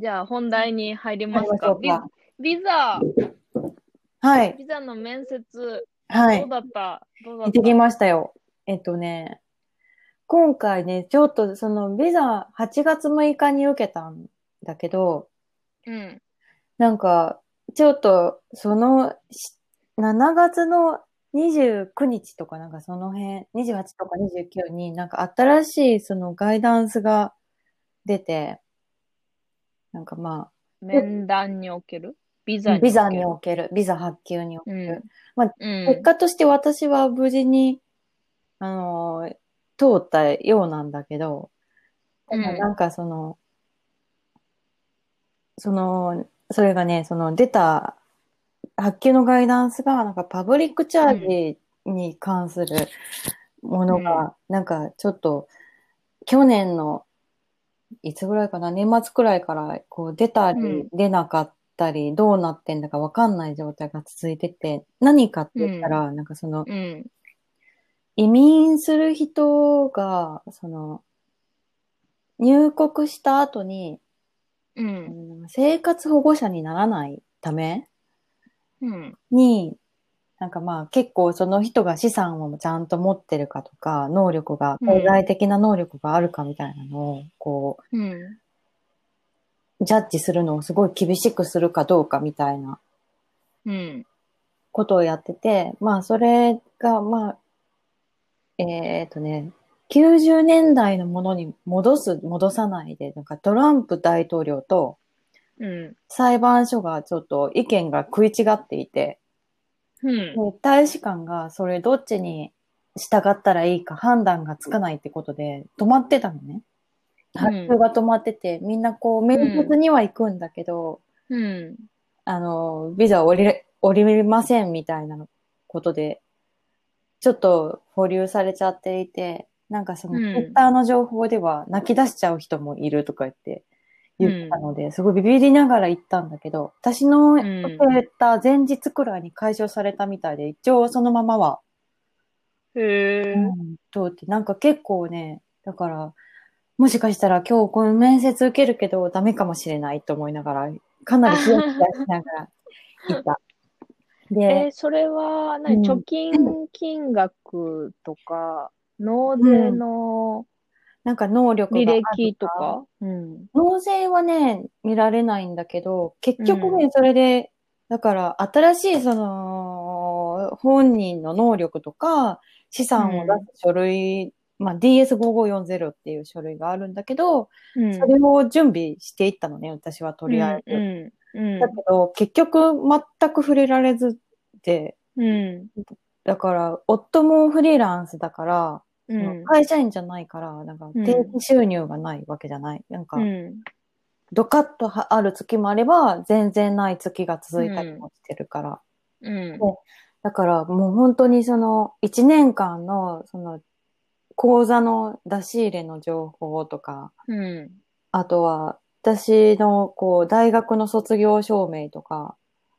じゃあ本題に入り入りましょますか。 うか。 ビザ、 はい。 ビザの面接、どうはい。 だったどうだ行ってきったましたよ。今回ね、ちょっとそのビザ8月6日に受けたんだけど、 うん、 なんか、ちょっとその7月の29日とかなんかその辺、28とか29になんか新しいそのガイダンスが出て、なんかまあ、 面談におけるビザビザににおける。 おける、ビザ発給における。 うん、 まあ、 うん、 結果として私は無事に、通ったようなんだけど、たうん、 だなんかそれがね、その出た発給のガイダンスが、なんかパブリックチャうん、 ージに関するもうん、 のが、なんかちょっと、去年のいつぐらいかな、年末くらいから、こう出たりうん、 出なかったり、どうなってんだかわかんない状態が続いてて、何かってうん、 言ったら、なんかその、 うん、 移民する人が、入国した後に、 うん、 生活保護者にならないためうん、 に、なんかまあ結構その人が資産をちゃんと持ってるかとか、能力が、経済うん、 的な能力があるかみたいなのを、こうん、 う、ジャッジするのをすごい厳しくするかどうかみたいなうん、 ことをやってて、まあそれが、まあ、90年代のものに戻さないで、なんかトランプ大統領とうん、 裁判所がちょっと意見が食い違っていて、 うん、 で大使館がそれどっちに従ったらいいか判断がつかないってことで止まってたのね。 うん、 発注が止まってて、みんなこう面接には行くんだけど、 うん、 ビザ降りませんみたいなことで、ちょっと保留されちゃっていて、なんかそのツイッうん、 ターの情報では泣き出しちゃう人もいるとか言ってたうん、 ので、すごいビビりながら行ったんだけど、私の受うん。 けた前日くらいに解消されたみたいで、一応そのままは、 へえ。 通って、なんか結構ね、だから、もしかしたら今日この面接受けるけどダメかもしれないと思いながら、かなりヒヤヒヤしながら行った。で、 それは貯うん、 金金額とか、納う税ん、 のなんか能力履がある歴とか、 か。うん。 納税はね、見られないんだけど、結うん。 局ね、それで、だから新しい本人の能力とか、資産を出うん。 す書類、まあ DS5540 っていう書類があるんだけど、 うん。 それを準備していったのね、私はとりあえうん。 ず。 うん。うん。 だけど、結局全く触れられずで、 うん。 だから、夫もフリーランスだから、 うん。 会社員じゃないから、なんか定うん。 期収入がないわけじゃない。なんか、 うん。 ドカッとある月もあれば、全然ない月が続いたりうん。 もしてるから。 うん。 で、だからもう本当にその1年間のその口座の出し入れの情報とか、 うん。 あとは私のこう大学の卒業証明とか、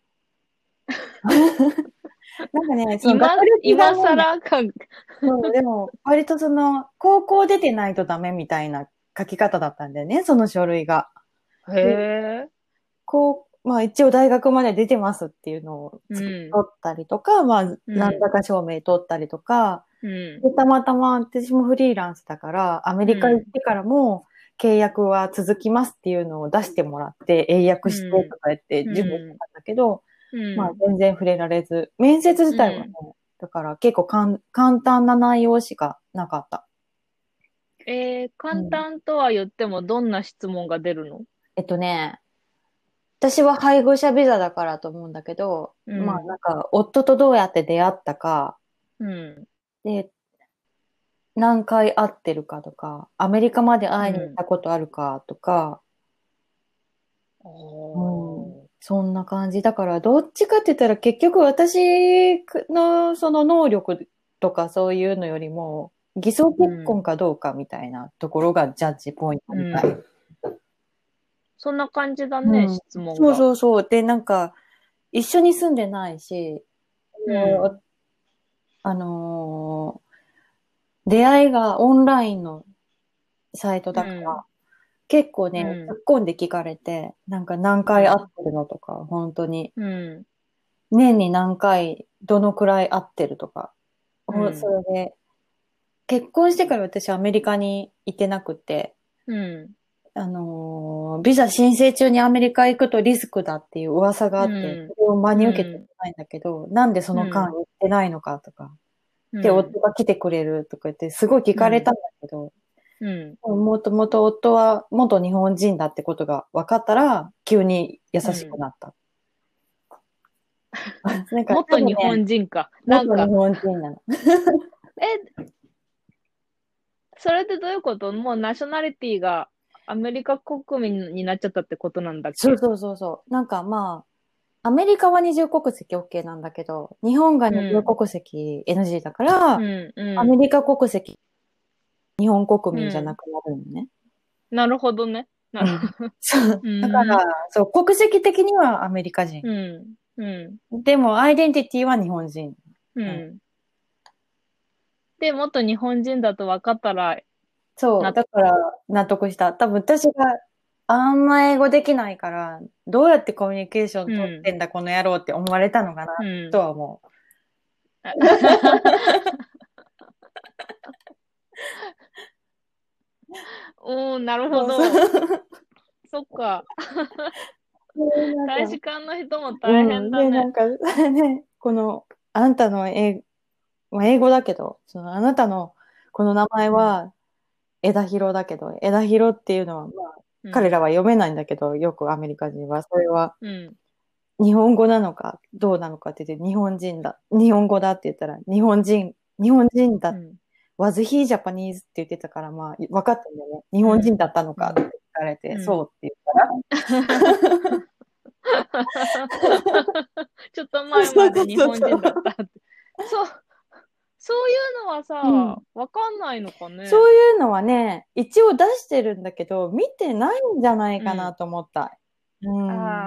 なんかね、その学歴が今ね、 更か。 そう、でも割とその高校出てないとダメみたいな書き方だったんだよね、その書類が。 へえ。 まあ一応大学まで出てますっていうのをうん。 取ったりとか、まあうん。 何らか証明取ったりとか、 うん。 で、たまたま私もフリーランスだから、アメリカ行っうん。 てからも契約は続きますっていうのを出してもらって、英訳してうん。 とか言ってう準備してん。 たんだけど、まあうん。 全然触れられず、面接自う体はね、 ん。 だから結構簡単な内容しかなかった。う簡ん。 単とは言ってもどんな質問が出るの？ えっとね、私は配偶者ビザだからと思うんだけど、まあなうん。 んか夫とどうやって出会ったか、 うん。 で、何回会ってるかとか、アメリカまで会いに行っうん。 たことあるかとか、 おうん、 ー。 そんな感じ。だからどっちかって言ったら結局私のその能力とかそういうのよりも、偽装う結婚ん。 かどうかみたいなところがジャッジポイントうみたい。 ん。そんな感じだね、 うん。 質問そうが。 そうそう。で、なんか、一緒に住んでないし、 うん。 あの出会いがオンラインのサイトうん。 だから、 結構ね、 うん突っ込んで聞かれて、なんか何回会ってるのとか、本当に。 うん。 年に何回、どのくらい会ってるとか。そうん。 れで、結婚してから私アメリカに行ってなくて、 うん。 ビザ申請中にアメリカ行くとリスクだっていう噂があうって、 ん。 それを真うに受けてん。 ないんだけど、なんでその間うん行ってないのかとか、で、 うん。 夫が来てくれるとか言って、すごい聞かれたんだけど、 うん。 もともと夫は元日本人だってことが分かったら、急に優しくうん。 なった。なんか多分ね、 元日本人か。なんか、 元日本人なの。 え、それってどういうこと？もうナショナリティがアメリカ国民になっちゃったってことなんだっけ？ そうそうそうそう。なんかまあ、アメリカは二重国籍 OK なんだけど、日本がう二重ん。 国籍 NG だから、 うん。うん。 アメリカ国籍、日本国う民じゃなん。 くなるのね。 なるほどね。なるほうん。そう。 ど。うだかん。 ら、そう、国籍的にはアメリカ人。 うん。うん。 でも、アイデンティティは日本人。うん。 うん。で、元日本人だと分かったら、 そう。 な、 だから、納得した。多分、私があんま英語できないから、どうやってコミュニケーションうん。 取ってんだ、この野郎って思われたのかな、 うん。 とは思う。 うん、なるほそうそど。 う。 そっか。 で、なんか、 大使館の人も大うん。で、な変だね。 んか、ね、あんたのまあ、英語だけど、あなたのこの名前うん。 は枝広だけど、枝広っていうのは、まあ、彼らうん。 は読めないんだけど、よくアメリカ人は、それはうん。 日本語なのか、どうなのかって言って、日本語だって言ったら、日本人だ、 うん。 was he Japanese って言ってたから、まあ、分かったんだよね。日う本人だん。 ったのかってうん。 聞かれて、 うん。 そうって言ったら、 ちょっとそう前までそうそう日本人だっそう。 たって。そう、そういうのはうん。 さ、わかんないのかね。 そういうのはね、一応出してるんだけど、見てないんじゃないかなうん。 と思った。うん。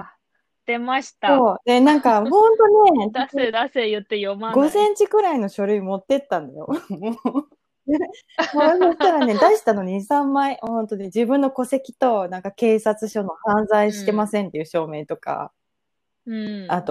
ああ、出ました。 そう。で、なんか、ほんとね、 出せ出せ言って読ま 5 ない。 センチくらいの書類持ってったんだよ。もうそしたらね、出したの2、3枚。本当に自分の戸籍と、なんか警察署の犯罪してまうん。 せんっていう証明とか、 うん。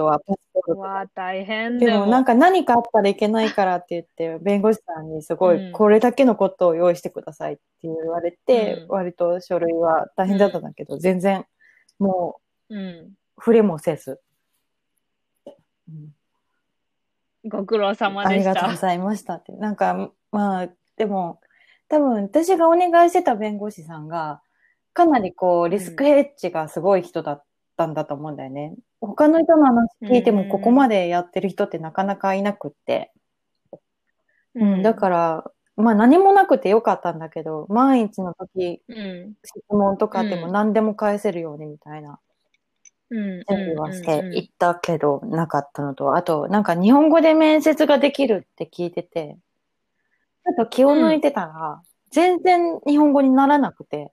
あとはパスポートとか。 わあ、大変でもなんでも。 か何かあったらいけないからって言って、弁護士さんにすごい、 うん。 これだけのことを用意してくださいって言われて、 うん。 割と書類は大変だったんうん。 だけど、全然もうん。 う触れもせず。うん、 ご苦労様ありでした。 がとうございましたって。なんか、まあ、でも、多分私がお願いしてた弁護士さんが、かなりこう、リスクうん。 ヘッジがすごい人だったんだと思うんだよね。他の人の話う聞いても、ここまん。 でやってる人ってなかなかいなくって。 ううん、だかん。 ら、まあ何もなくてよかったんだけど、万一の時、 うん。 質問とかあってもうん。 何でも返せるようにみたいなうん。 準備うん。 はしてうん。 いったけど、なかったのと、あと、なんか日本語で面接ができるって聞いてて、ちょっと気をうん。 抜いてたら、全然日本語にならなくて、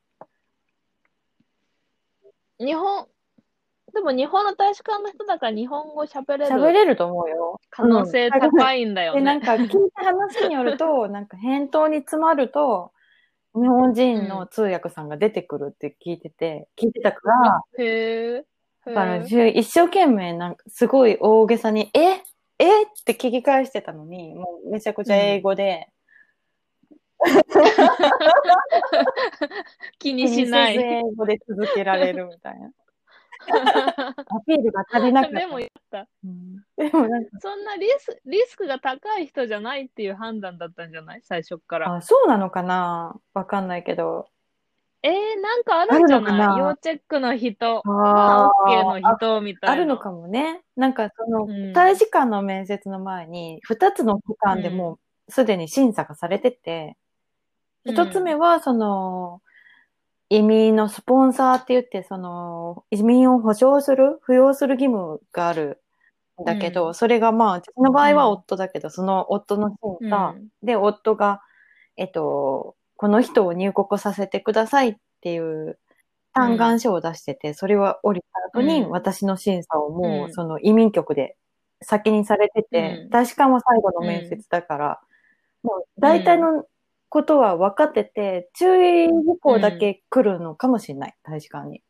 日本、でも日本の大使館の人だから日本語喋れる喋れると思うよ。 可能うん。 性高いんだよで、なね。 んか聞いた話によると、なんか返答に詰まると、日本人のうん。 通訳さんが出てくるって聞いてたかあ、 ら、 へえ。へだからえ。 一生懸命なんかすごい大げさに、って聞き返してたのに、もうめちゃくちゃ英うん。 語で、 気に気にせずしない。 英語で続けられるみたいな。アピールが足りなかっでもた。 やった。 うん、でもなんか、 そんなリスクが高い人じゃないっていう判断だったんじゃない？最初から。 あ、そうなのかなわかんないけど、 なんかあるんじゃあるのかない？要なチェックの人、まあ、 あー OK の人みたいな。 あるのかもね。なんかうん。 大使館の面接の前に、二つの期間でもうん。 うすでに審査がされてて、 う一つ目ん。 は、移民のスポンサーって言って、移民を扶養する義務があるんだけど、 うん。 それがまあ、私の場合はうん。 夫だけど、その夫の審査うん。 で、夫が、この人を入国させてくださいっていう嘆願うん。 書を出してて、それは降りた後にうん。 私の審査をもうそうん。 の移民局で先にされてて、 うん。 大使館は最後のうん。 面接だから、もううん。 大体のことは分かってて、注意事項だけ来るのかもしれない、大使館に。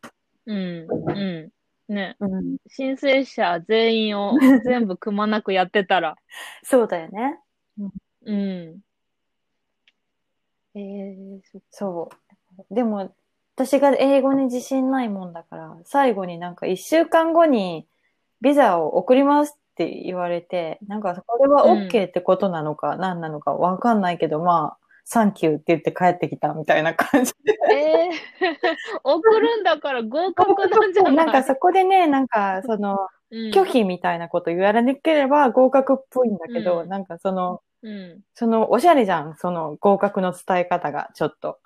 ね。 うん。 申請者全員を全部くまなくやってたら。 そうだよね。 うん。そっか。 そう。でも、私が英語に自信ないもんだから、最後になんか1週間後にビザを送りますって言われて、なんかこれは OK ってことなのか何なのかわかんないけど、まあ、サンキューって言って帰ってきたみたいな感じで。 送るんだから合格なんじゃなんかない？ そこでね、なんか拒否みたいなこと言われなければ合格っぽいんだけど、なんかおしゃれじゃん、その合格の伝え方がちょっと。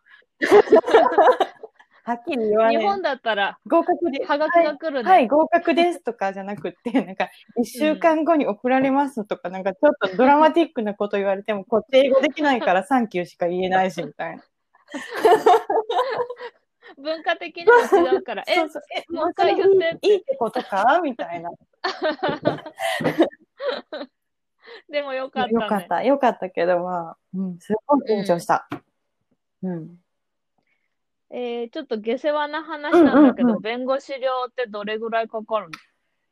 はっきり言わね日本だったら、 合格で、 はがきが来るね。 はい、合格ですとかじゃなくって、なんか、1週間後に送られますとか、なんかちょっとドラマティックなこと言われても、こっち英語できないからサンキューしか言えないし、みたいな。 文化的にも違うから、 そうそう、 もう一回言ってって。 いいってことかみたいな。 でもよかったね。 よかったけど、まあ、すごい緊張した。 ちょっと下世話な話なんだけど、弁護士料ってどれぐらいかかるの？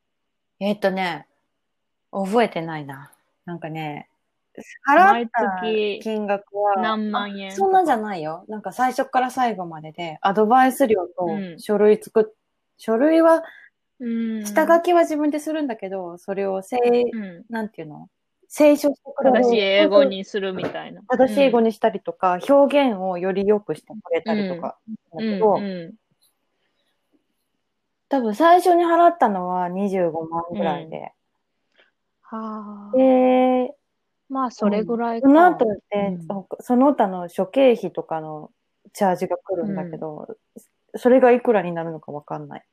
覚えてないな。なんかね、払った金額は、 何万円そんなんじゃないよ。なんか最初から最後までで、アドバイス料と書類は、下書きは自分でするんだけど、それをなんていうの清書してくれる。 正しい英語にするみたいな。 正しい英語にしたりとか、表現をより良くしてくれたりとか。だけど、多分最初に払ったのは25万ぐらいで。で、 まあ、それぐらいか。 その後で、その他の諸経費とかのチャージが来るんだけど、それがいくらになるのかわかんない。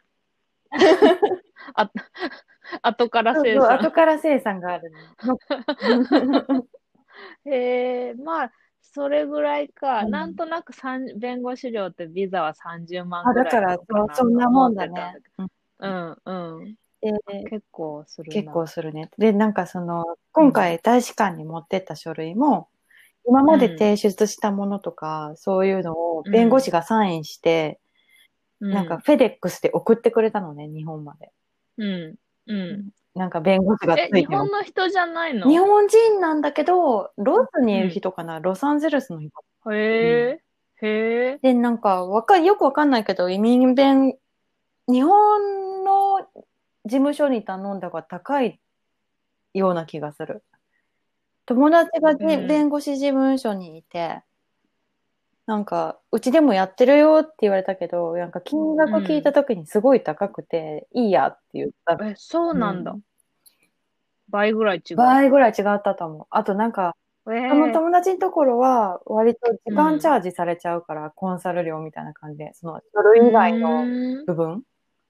後から生産。 後から生産があるの。まあ、それぐらいか。なんとなく弁護士料ってビザは30万ぐらいなのかなと思ってたんだけど。結構するな。 結構するね。で、なんか今回大使館に持ってった書類も、今まで提出したものとか、そういうのを弁護士がサインして、なんかフェデックスで送ってくれたのね、日本まで。なんか弁護士がついて日本の人じゃないの？ 日本人なんだけど、ロスにいる人かな、ロサンゼルスの人。 へえ。 で、なんか、よくわかんないけど、日本の事務所に頼んだ方が高いような気がする。友達が弁護士事務所にいて、なんか、うちでもやってるよって言われたけど、なんか金額聞いた時にすごい高くて、いいやって言った。 そうなんだ。倍ぐらい違う。 倍ぐらい違ったと思う。あとなんか、その友達のところは、割と時間チャージされちゃうから、コンサル料みたいな感じで、その書類以外の部分。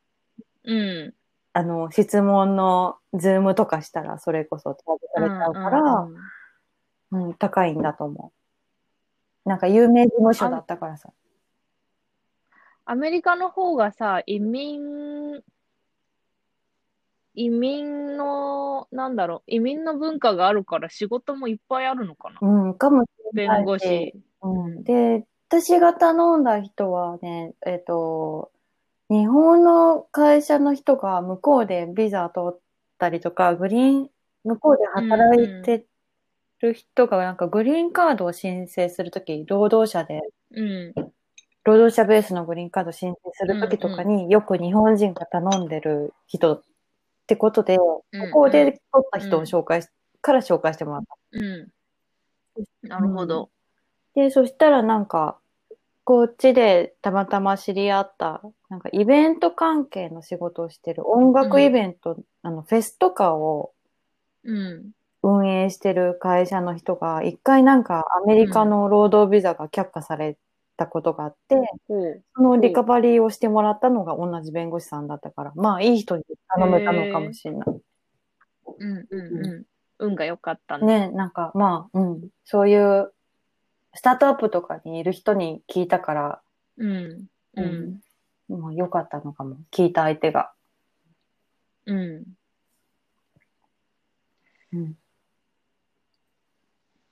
質問のズームとかしたら、それこそチャージされちゃうから、高いんだと思う。なんか有名事務所だったからさ。 アメリカの方がさ、移民の文化があるから仕事もいっぱいあるのかな？ かもしれない。 弁護士。 で、私が頼んだ人はね、日本の会社の人が向こうでビザ取ったりとか、向こうで働いてる人がなんかグリーンカードを申請するとき、労働者ベースのグリーンカード申請するときとかによく日本人が頼んでる人ってことで、ここで取った人を紹介してもらった。 なるほど。 で、そしたらなんか、こっちでたまたま知り合った、なんかイベント関係の仕事をしてる音楽イベント、フェスとかを運営してる会社の人が、一回なんかアメリカの労働ビザが却下されたことがあって、そのリカバリーをしてもらったのが同じ弁護士さんだったから、まあいい人に頼めたのかもしれない。 運が良かったね。 なんかまあ、そういうスタートアップとかにいる人に聞いたから、もう良かったのかも。聞いた相手が。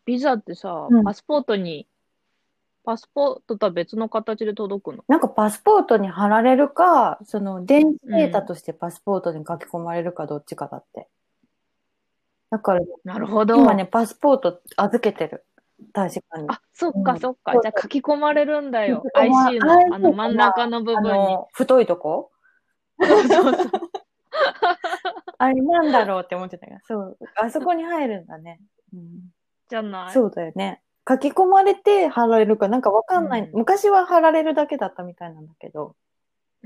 ビザってさ、 うん。 パスポートとは別の形で届くの？ なんかパスポートに貼られるか、その電子データうん。 としてパスポートに書き込まれるかどっちかだって。だから、 なるほど。 今ね、パスポート預けてる。大使館に。 あ、そっうん。 かそっか。 そうそう。 じゃあ書き込まれるんだよ。 書き込ま、 IC の、 IC か、 真んまあ、 中の部分に。 太いとこそうそうそう。 あれなんだろうって思ってたから、そう。あそこに入るんだね。うん、 じゃない？ そうだよね。書き込まれて貼られるかなんかわかんない。 うん。 昔は貼られるだけだったみたいなんだけど、 うん。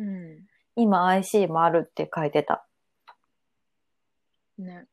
今 IC もあるって書いてた。 ね。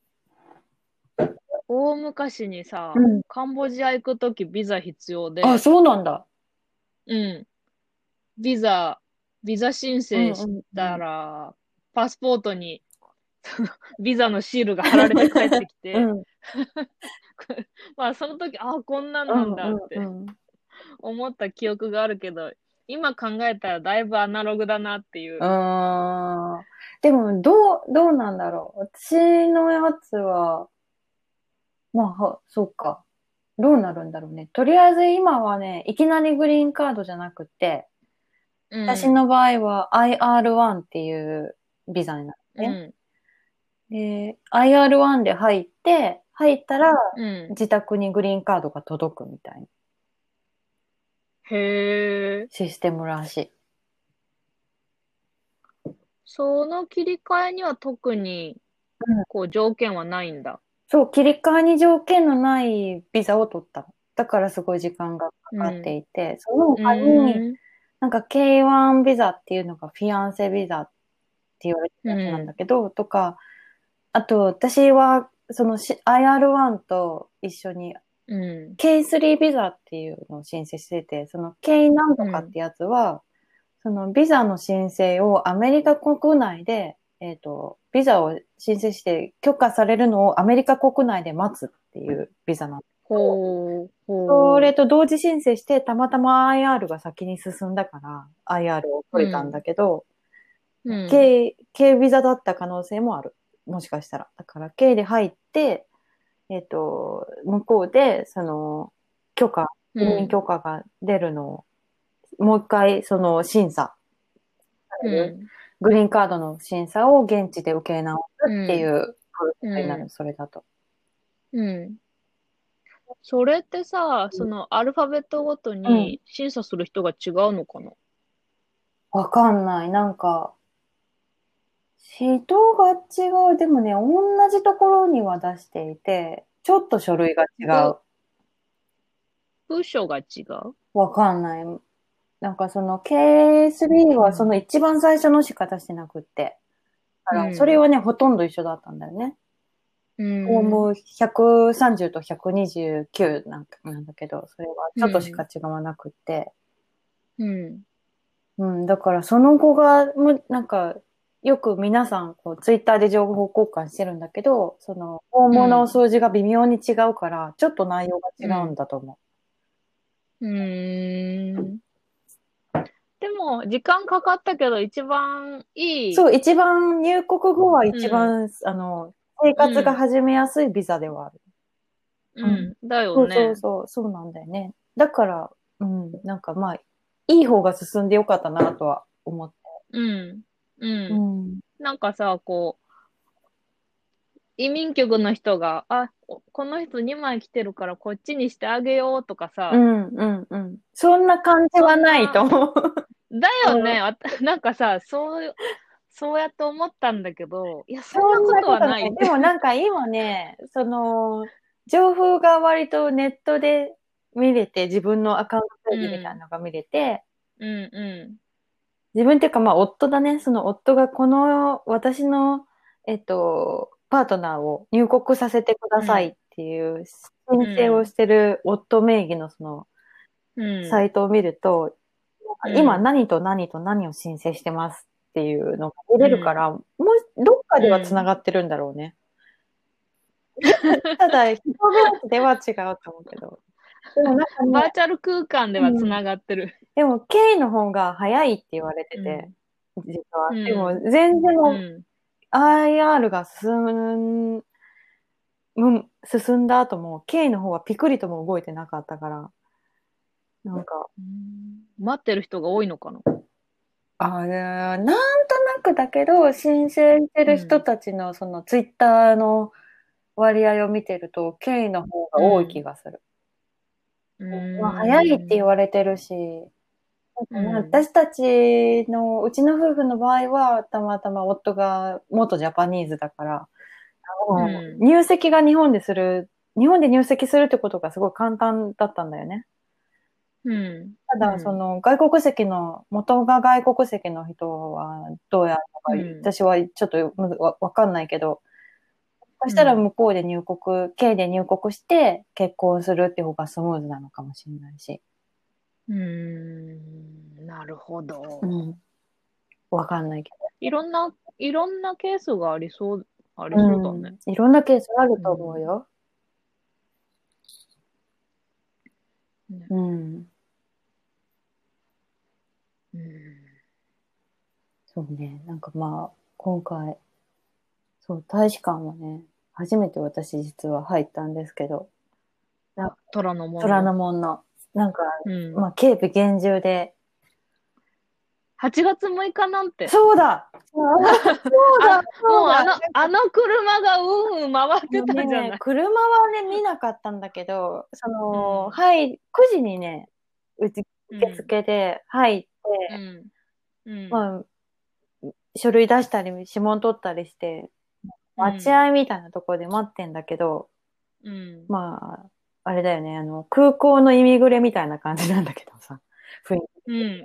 大昔にさ、 うん。 カンボジア行くときビザ必要あ、 で、 そうなんだ。 うん。ビザ、ビザ申うん請しうんうたん。 ら、パスポートにビザのシールが貼られて帰ってきて、 うん。 まあその時、ああ、こんなんなんうんだってうんうん。 思った記憶があるけど、今考えたらだいぶアナログだなっていうう。 ーん。でも、どうなんだろう。私のやつは、まあ、そうか。どうなるんだろうね。とりあえず今はね、いきなりグリーンカードじゃなくて、 うん、 私の場合は IR1 っていうビザになるね。 うん、 で、IR1 で入ったらうん。 自宅にグリーンカードが届くみたいなへえ。 システムらしい。 その切り替えには特に、 うん、 こう、条件はないんだ。 そう、切り替えに条件のないビザを取ったの。だからすごい時間がかかってうん。 いて、そのう他に、 ーん、 なんか K1 ビザっていうのがフィアンセビザって言われてるうやつなんだん、 けど、とか、あと私はそのIR1 と一緒にうん、 K3 ビザっていうのを申請してて、その K なんとうん、 かってやつは、そのビザの申請をアメリカ国内で、ビザを申請して許可されるのをアメリカ国内で待つっていうビザなんだけど、 ほう、 それほと同時申請してたまたま IR が先に進んだから IR をう、 取れたんだん、 けど、 うん、 K ビザだった可能性もある。もしかしたら。だから K で入って、向こうで、その、移民うん、 許可が出るのを、もう一回、その、審査される。 うん、 グリーンカードの審査を現地で受け直すっていうん、 うプロセスになる、 うん、 それだと。 うん。それってさ、そのアルファベットごとうん。 に審査する人が違うのかな？ わかんない。なんか、人が違う。でもね、同じところには出していて、ちょっと書類が違う。 部署が違う？ わかんない。なんかその K3 はそのうん。 一番最初のしか出してなくって。だからそれうん。 はね、ほとんど一緒だったんだよね。 うフォーん。 ム130と129なんだけど、それはちょっとしかうん。 違わなくって。 うん。 うん、だからその後が、なんか、よく皆さん、こう、ツイッターで情報交換してるんだけど、その、大物のうん。 数字が微妙に違うから、ちょっと内容が違うんうん。 だと思うーん。でも、時間かかったけど、一番う。 いい。 そう、一番、入国後はうん。 一番、生活がうん。 始めやすいビザではある。うん。 うん。だよそうそうね。 そう、そうなんだよね。だから、うん、なんかまあ、いい方が進んでよかったなとは思って。 うん。ううん。 ん。 なんかさ、こう、移民局の人が、あ、この人2枚来てるからこっちにしてあげようとかさ、 うん、うん、うん。そんな感じそはないとんな、 思う。 だようん。 ね。なんかさ、そうやって思ったんだけど、いや、そんそんなことなことない。 はないって。 でもなんか今ね、その、情報が割とネットで見れて、自分のアカウントペうージみたいなん、 のが見れて、 うん、う自分っていうかまあ夫だね、その夫がこの私の、パートナーを入国させてくだん、うん、 さいっていうう申請をしん、 てる夫名義のそのうん、 サイトを見ると、 うん、 今何と何と何を申請してますっていうのが見うれるかん、 ら、どっかうでは繋ん。 がってるんだろうね。ただ、人ベースでは違うと思うけど。でもなんかね、 バーチャル空間ではうん。 繋がってる。 でも、K の方が早いって言われてて、 うん、 実は。 うでも、 ん、 全然もううん、 IR が進進んだ後も、K の方はピクリとも動いてなかったから、なんか、 待ってる人が多いのかな。 なんとなくだけど、申請してる人たちのそのツイッターの割合を見てると、K の方が多い気がする。まあ、早いって言われてるし、私たちの、うちの夫婦の場合は、たまたま夫が元ジャパニーズだから、入籍が日本で入籍するってことがすごい簡単だったんだよね。ただ、その外国籍の、元が外国籍の人はどうやるのか、私はちょっとわかんないけど、そしたら向こうでK で入国して結婚するって方がスムーズなのかもしれないし。 なるほど。 わかんないけど。 いろんなケースがありそうだね。 いろんなケースあると思うよ。そうね。なんかまあ、今回、そう、大使館はね、初めて私実は入ったんですけど。 虎ノ門の。なんか、まあ、警備厳重で。 8月6日なんて。 そうだそうだもうあの車が回ってたじゃない。 車はね、見なかったんだけど、9時にね、受付で入って、まあ、書類出したり、指紋取ったりして、待合みたいなところで待ってんだけど、まあ、あれだよね、空港のイミグレみたいな感じなんだけどさ、雰囲気。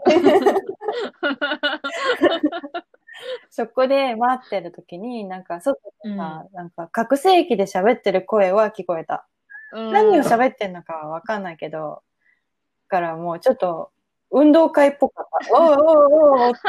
そこで待ってる時に、なんか外でさ、なんか拡声器で喋ってる声は聞こえた。何を喋ってんのかはわかんないけど、だからもうちょっと運動会っぽかった。おーおーおーおーって。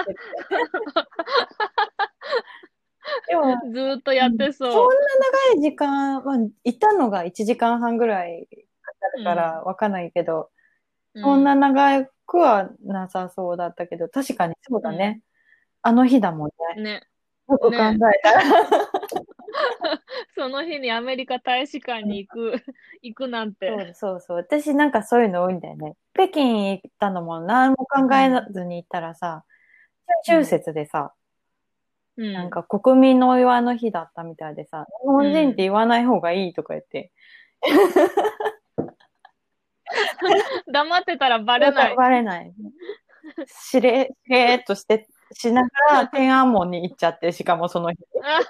でもずーっとやってそう。 そんな長い時間、まあ、いたのが1時間半ぐらいかかるからわかんないけど、そんな長くはなさそうだったけど、確かにそうだね。あの日だもんね。 ね。 よく考えたら。 その日にアメリカ大使館に行くなんて。 そう。私なんかそういうの多いんだよね。北京行ったのも何も考えずに行ったらさ、春節でさ、なんか国民のお祝いの日だったみたいでさ、日本人って言わない方がいいとか言って。 黙ってたらバレない。 バレない。しれーっとしながら天安門に行っちゃって、しかもその日。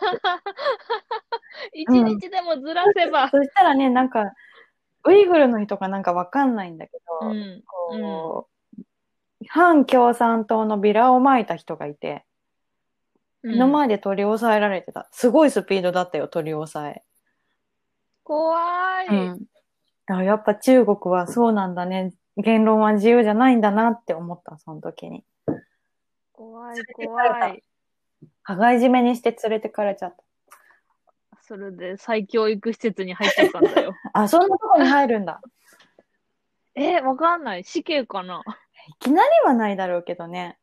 一日でもずらせば。 そしたらね、なんか、ウイグルの人かなんかわかんないんだけど、反共産党のビラを撒いた人がいて、目の前で取り押さえられてた。すごいスピードだったよ、取り押さえ。 怖い。 やっぱ中国はそうなんだね。言論は自由じゃないんだなって思った、その時に。 怖い。 羽交い締めにして連れてかれちゃった。 それで再教育施設に入っちゃったんだよ。 そんなとこに入るんだ。 わかんない。死刑かな。 いきなりはないだろうけどね。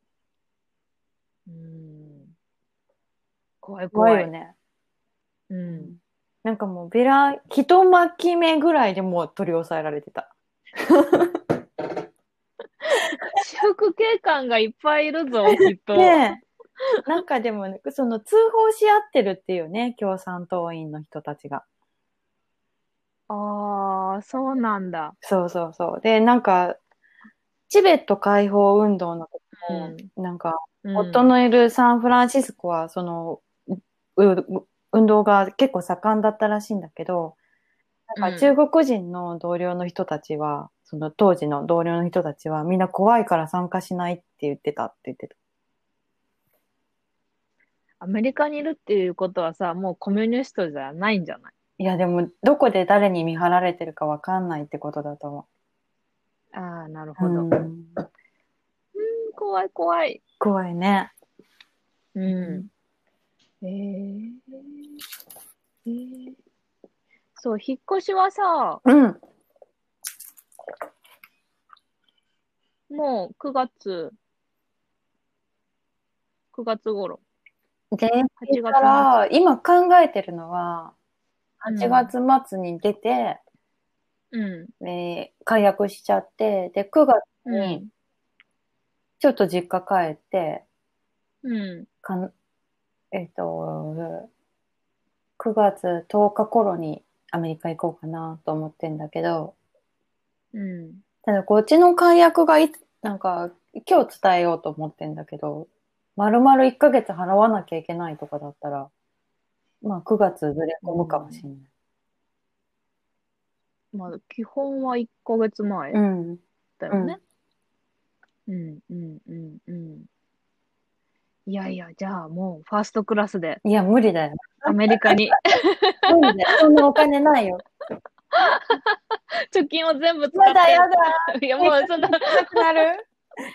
怖いよね。なんかもう一巻き目ぐらいでもう取り押さえられてた。 私服警官がいっぱいいるぞ、きっと。 ねえ。なんかでも、ね、その通報し合ってるっていうね、共産党員の人たちが。 そうなんだ。 そう。で、なんか、チベット解放運動の時も、なんか、夫のいるサンフランシスコは、その、運動が結構盛んだったらしいんだけど、なんか中国人の同僚の人たちは、その当時の同僚の人たちはみんな怖いから参加しないって言ってた。 アメリカにいるっていうことはさ、もうコミュニストじゃないんじゃない？ いやでも、どこで誰に見張られてるかわかんないってことだと思う。なるほど。怖い。 怖いね。 そう、引っ越しはさ、もう9月頃。 で、8月から今考えてるのは、 8月末に出て、解約しちゃって、で、9月に、ちょっと実家帰って、9月10日頃にアメリカ行こうかなと思ってんだけど、ただこっちの解約がなんか今日伝えようと思ってんだけど、丸々1ヶ月払わなきゃいけないとかだったら、まあ9月ずれ込むかもしれない。 まあ基本は1ヶ月前だよね。いやいや、じゃあもうファーストクラスで。 いや、無理だよ。 アメリカに。 無理だよ。そんなお金ないよ。 貯金を全部使って。 やだやだ。 いや、もうそんな。 なくなる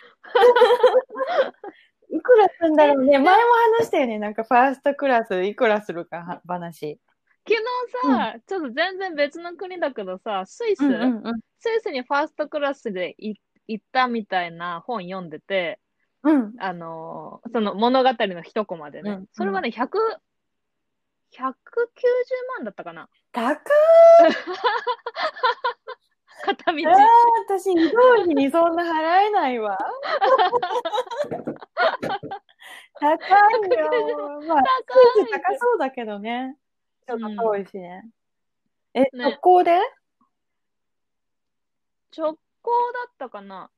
いくらするんだろうね。前も話したよね。なんかファーストクラスいくらするか話。 昨日さ、ちょっと全然別の国だけどさ、スイスにファーストクラスで行ったみたいな本読んでて、その物語の一コマでね。それはね、190万だったかな。 高い片道。 私、移動費にそんな払えないわ。高いよ。まあ、高そうだけどね。ちょっと遠いしね。直行で？ 直行だったかな。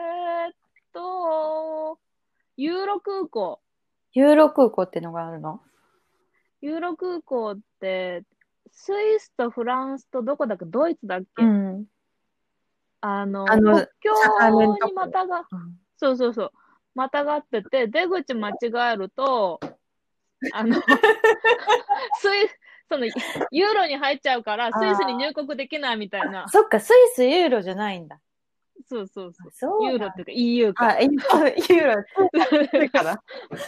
ユーロ空港。 ユーロ空港ってのがあるの？ ユーロ空港って、スイスとフランスとどこだっけ？ドイツだっけ？国境にまたが、そうそうそう、またがってて、出口間違えると、その、ユーロに入っちゃうから、スイスに入国できないみたいな。 そっか、スイスユーロじゃないんだ。 そうそうそう。ユーロっていうか EU か。 ユーロから。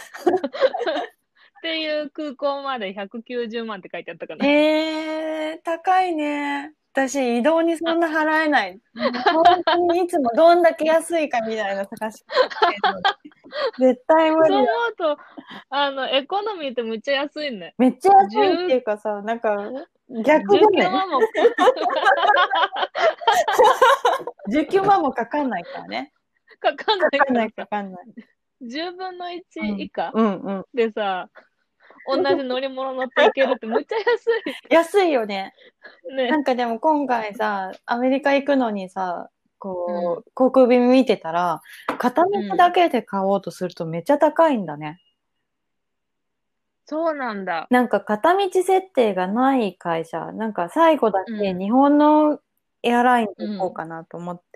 っていう空港まで190万って書いてあったかな。 高いね。私、移動にそんな払えない。本当にいつもどんだけ安いかみたいな探し絶対無理だ。 そう思うと、エコノミーってめっちゃ安いね。 めっちゃ安いっていうかさ、なんか、逆だね。19万も。19万もかかんないからね。 かかんない。10分の1以下、でさ、同じ乗り物乗っていけるってむっちゃ安い。 安いよね。なんかでも今回さ、アメリカ行くのにさ、こう、航空便見てたら、片道だけで買おうとするとめっちゃ高いんだね。 そうなんだ。 なんか片道設定がない会社、なんか最後だけ日本のエアラインに行こうかなと思って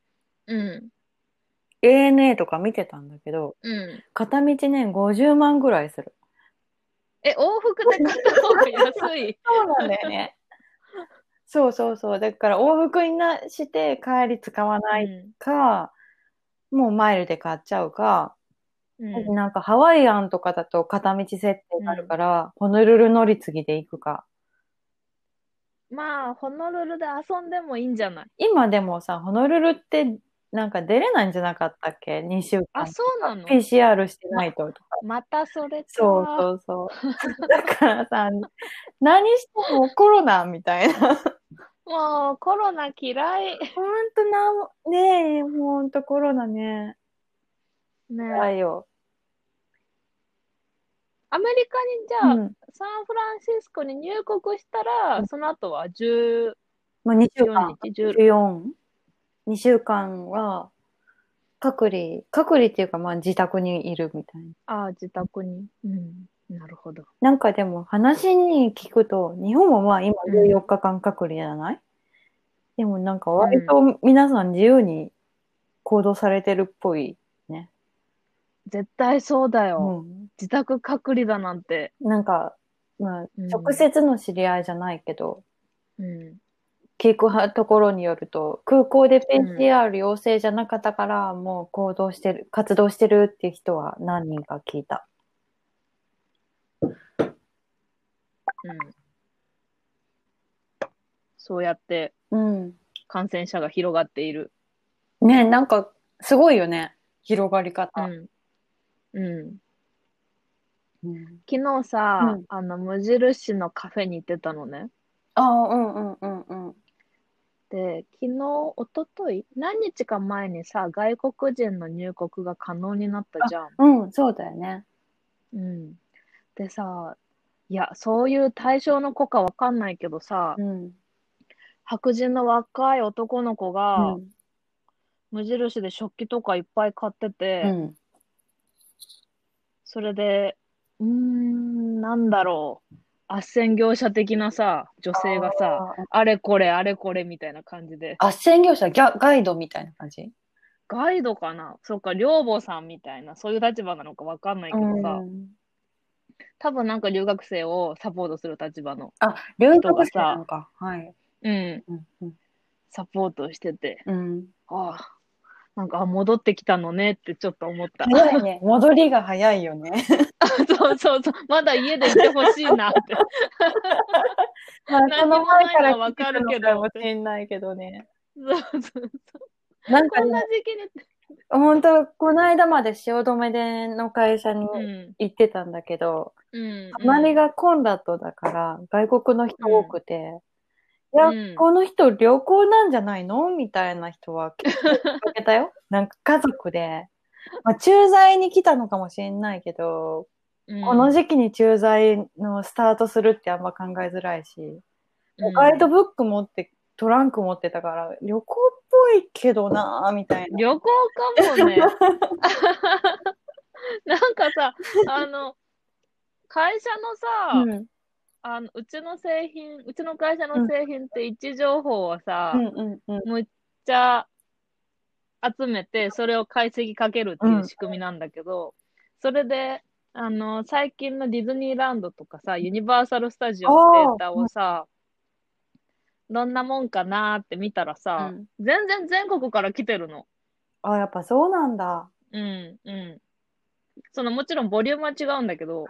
、ANA とか見てたんだけど、片道ね、50万ぐらいする。 往復で買った方が安い。 そうなんだよね。そうそうそう。だから往復にして帰り使わないか、もうマイルで買っちゃうか、なんかハワイアンとかだと片道設定があるから、ホノルル乗り継ぎで行くか。 まあ、ホノルルで遊んでもいいんじゃない？ 今でもさ、ホノルルってなんか出れないんじゃなかったっけ？ 2 週間。 そうなの？ PCR してないとか。 またそれか。 そうそうそう。だからさ、何してもコロナみたいな。 もうコロナ嫌い。 ほんとねえ、ほんとコロナね。嫌いよ。 アメリカにじゃあ、サンフランシスコに入国したら、その後は14 日、14、2週間は隔離っていうか、まあ自宅にいるみたいな。 自宅に。なるほど。 なんかでも話に聞くと、日本もまあ今14日間隔離じゃない？でもなんか割と皆さん自由に行動されてるっぽいね。 絶対そうだよ。自宅隔離だなんて。 なんか、まあ、直接の知り合いじゃないけど、聞くところによると、空港で PCR 陽性じゃなかったから、もう活動してるっていう人は何人か聞いた。 そうやって、感染者が広がっている。 ね、なんか、すごいよね。広がり方。 昨日さ、無印のカフェに行ってたのね。 ああ、うんうんうんうん。 で、昨日、一昨日何日か前にさ、外国人の入国が可能になったあ、 じゃん。 うん、そうだよね。 うん。でさ、いや、そういう対象の子かわかんないけどさ、 うん。 白人の若い男の子が、 うん。 無印で食器とかいっぱい買ってて、 うん。 それで、なんだろう。斡旋業者的なさ、女性がさ、 ああれこれあれこれみたいな感じで、 あ、斡旋業者、ガイドみたいな感じ？ ガイドかなそっか、寮母さんみたいな、そういう立場なのかわかんないうけどさ、 ん。 多分なんか留学生をサポートする立場のあ、留人学生ながさ、 のか。はい。 うん、 うん。うん。 サポートしてて、 うん。 ああ、なんか、戻ってきたのねってちょっと思った。 早いね。戻りが早いよね。 そうそうそう、まだ家でいてほしいなって。 まあ、そ何にのもないの前からはわかる来てたのかもしけどって。 れないけどね。 そうそうそう。こんななんかね、 時期に。 本当この間まで汐留の会社にうん、 行ってたんだけど、 うん、 隣うん、 がコンラッドだから外国の人多うん、 くて、いや、 うん。 この人旅行なんじゃないのみたいな人は結構見かけたよ。なんか家族で。まあ、駐在に来たのかもしれないけど、 うこのん、 時期に駐在のスタートするってあんま考えづらいし、 うん。 ガイドブック持って、トランク持ってたから、旅行っぽいけどなぁ、みたいな。 旅行かもね。なんかさ、あの、会社のさ、 うん、 うちの会社うん、 の製品って位置情報をさ、 うん、うん、うん、 むっちゃ集めて、それを解析かけるっていううん。 仕組みなんだけど、それで、最近のディズニーランドとかさ、ユニバーサル・スタジあオのデーあ、 タうん、 をさ、どんなもんかなーって見たらさ、 うん。 全然全国から来てるの。 あ、やっぱそうなんだ。 うん、うん。もちろんボリュームは違うんだけど、 うん、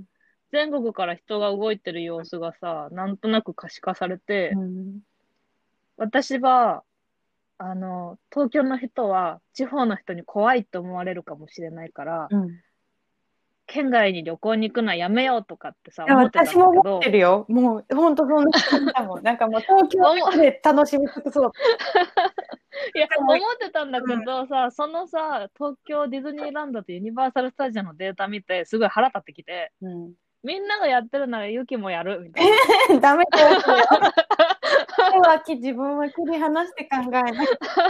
全国から人が動いてる様子がさ、なんとなく可視化されて、 うん、 私は、東京の人は地方の人に怖いって思われるかもしれないから、 うん。 県外に旅行に行くのはやめようとかってさ、 いや、 思ってた私も思ってんだけど、 るよ。もう、ほんとそんな感じだもん。なんかもう東京だおも、 けで楽しみ尽くそう。 いや、 でも、 思ってたんだけどさ、そのさ、東京ディズニーランドとユニバーサル・スタジオのデータ見て、すごい腹立ってきて、 うん。 みんながやってるならユキもやるみたいな。 ダメだよ、それは。手は自分は切り離して考えない。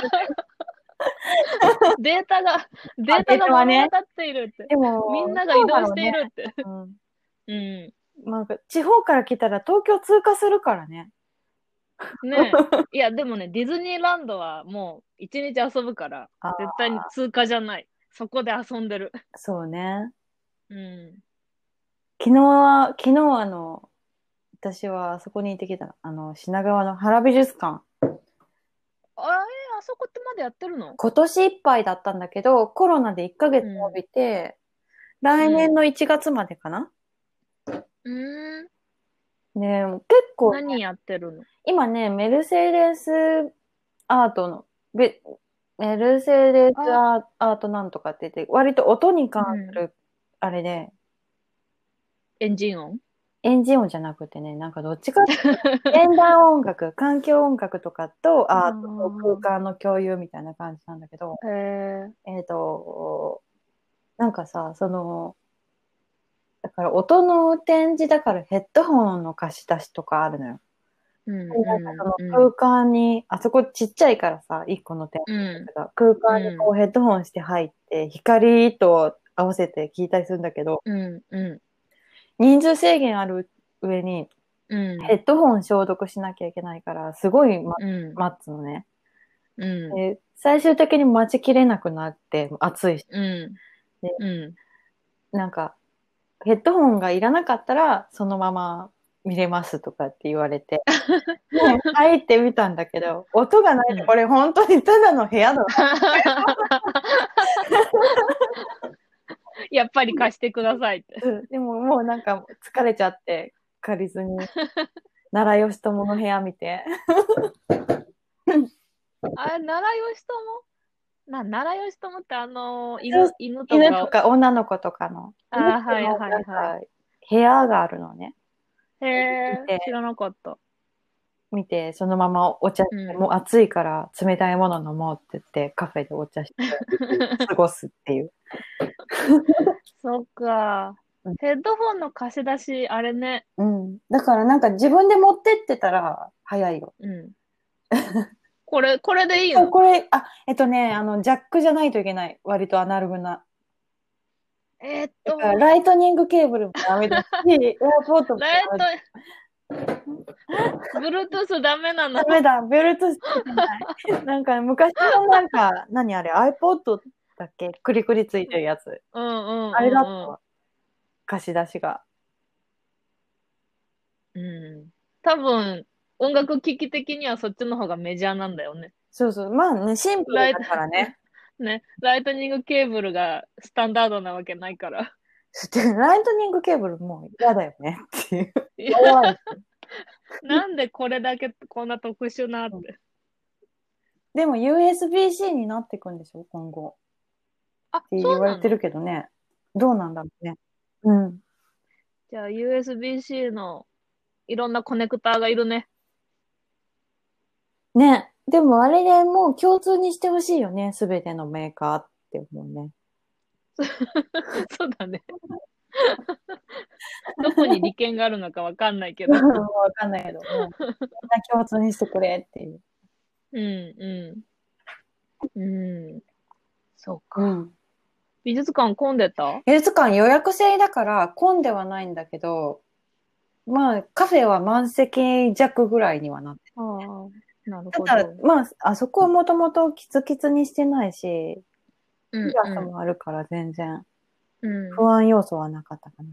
データが、 あ、 データがデータはね。 物語っているって。 でも、 みんなが移動しそうだろうね。 ているって。 うん。 うん。 なんか、地方から来たら東京通過するからね。 ねえ。いや、でもね、ディズニーランドはもう一日遊ぶから、 あ、 絶対に通過じゃない。そこで遊んでる。 そうね。 うん。 昨日私はあそこに行ってきたの。品川の原美術館。 あそこってまだやってるの？ 今年いっぱいだったんだけど、コロナで1ヶ月伸うん。 びて、 うん。 来年の1月までかな。 うーん。 ね、結構ね、 何やってるの？ 今ね、アートの、ベメルセデスあ、 アートなんとかって言って、割と音に関うん。 する、あれで、 エンジン音？ エンジン音じゃなくてね、なんかどっちかっていうと、現代音楽、環境音楽とかとあアートと空あ。 間の共有みたいな感じなんだけど、 へえ。 えっと、なんかさ、だから音の展示だからヘッドホンの貸し出しとかあるのよ。 うん、 なんかそうん、 のうん、 空間に、あそこちっちゃいからさ、一個の展うん、 示が空間にうん、 こうヘッドホンして入って、光と合わせて聞いたりするんだけど、 うん、うん、 人数制限ある上にうん、 ヘッドホン消毒しなきゃいけないから、すごい、 うん、 待つのね。 うん、 で、最終的に待ちきれなくなって、暑いし。 うん、 で、 うん。 なんか、ヘッドホンがいらなかったら、そのまま見れますとかって言われて、ね、入ってみたんだけど、音がないとこれ本当にただの部屋だな。 やっぱり貸してくださいって。 うん、でももうなんか疲れちゃって借りずに、奈良義朝の部屋見て。 あれ、奈良義朝奈良義朝って犬とか、 犬とか女の子とかの、犬あー、はいのはいはい。 なんか部屋があるのね。 へえ、 見て、 知らなかった。 見て、そのままお茶、もう暑いから冷たいもの飲もうって言って、カフェでお茶して過ごすっていう。 そっか。ヘッドホンの貸し出し、あれね。 うん。だからなんか自分で持ってってたら早いよ。 うん。これでいいの？ これ、ジャックじゃないといけない。割とアナログな。ライトニングケーブルもダメだし、エアポートもダメだ。 Bluetooth ダメなの？ ダメだ、Bluetooth ついてない。なんか昔のなんか、何あれ、iPod だっけ？クリクリついてるやつ。あれだったわ。貸し出しが。 うん。多分、音楽機器的にはそっちの方がメジャーなんだよね。 そうそう。まあね、シンプルだからね。 ね、ライトニングケーブルがスタンダードなわけないから。 ライトニングケーブルもう嫌だよねっていう。 なんでこれだけこんな特殊なって。 でも USB-C になっていくんでしょ今後。って言われてるけどね。どうなんだろうね。うん。 じゃあ USB-C のいろんなコネクターがいるね。 ね。でもあれでもう共通にしてほしいよね。すべてのメーカーって思うね。 そうだね。どこに利権があるのかわかんないけど。 わかんないけど、もうみんな共通にしてくれっていう。 そうか。美術館混んでた？ 美術館予約制だから混んではないんだけど、まあカフェは満席弱ぐらいにはなってる、ね。 なるほど。ただ、 まあ、あそこはもともとキツキツにしてないし、ピラスもあるから全然、不安要素はなかったかな。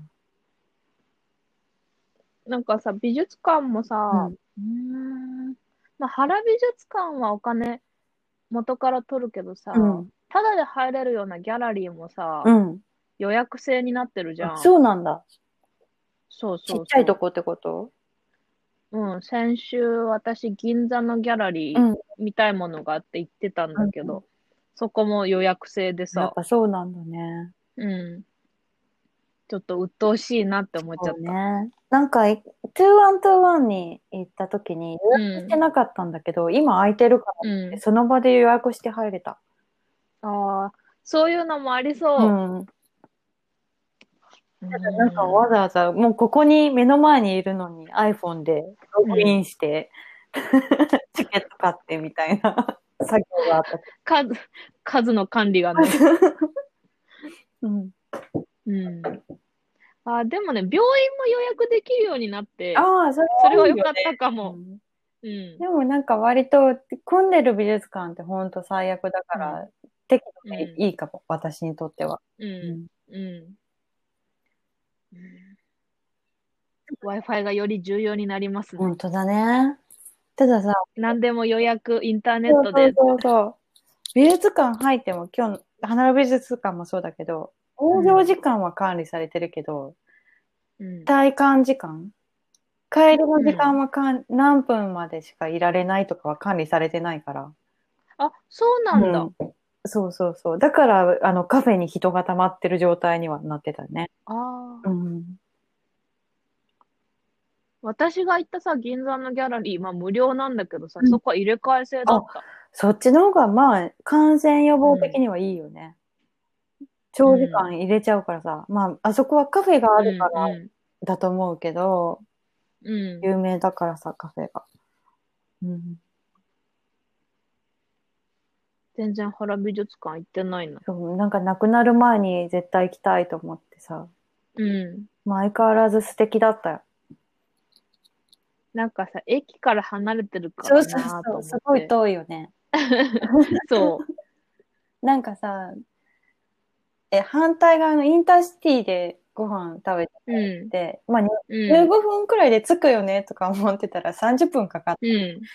なんかさ、美術館もさ、まあ、原美術館はお金元から取るけどさ、ただで入れるようなギャラリーもさ、予約制になってるじゃん。 そうなんだ。 そう。 ちっちゃいとこってこと？ 先週私銀座のギャラリー見たいものがあって行ってたんだけど、そこも予約制でさ。 やっぱそうなんだね。 ちょっと鬱陶しいなって思っちゃった。 ね。なんか、2121に行った時に予約してなかったんだけど、今空いてるからって、その場で予約して入れた。 ああ、そういうのもありそう。 なんかわざわざ、もうここに目の前にいるのに iPhone でログインして、チケット買ってみたいな作業があった。 数の管理がね。でもね、病院も予約できるようになって、それは良かったかも。 でもなんか割と混んでる美術館ってほんと最悪だから、適度でいいかも、私にとっては。 Wi-Fi がより重要になりますね。 本当だね。たださ、 何でも予約、インターネットで。 そう。美術館入っても、今日、花美術館もそうだけど、往生時間は管理されてるけど、体感時間、帰りの時間は何分までしかいられないとかは管理されてないから。 あ、そうなんだ。 そう。だから、カフェに人が溜まってる状態にはなってたね。 私が行ったさ、銀座のギャラリー、まあ無料なんだけどさ、そこは入れ替え制だった。 そっちの方がまあ、感染予防的にはいいよね。長時間入れちゃうからさ。まあ、あそこはカフェがあるからだと思うけど、有名だからさ、カフェが。 全然原美術館行ってないな。 そう、なんか亡くなる前に絶対行きたいと思ってさ。まあ相変わらず素敵だったよ。 なんかさ、駅から離れてるからなと思って。 そう、すごい遠いよね。 そう。 なんかさ、反対側のインターシティでご飯食べてて、まあ、15分くらいで着くよねとか思ってたら30分かかった。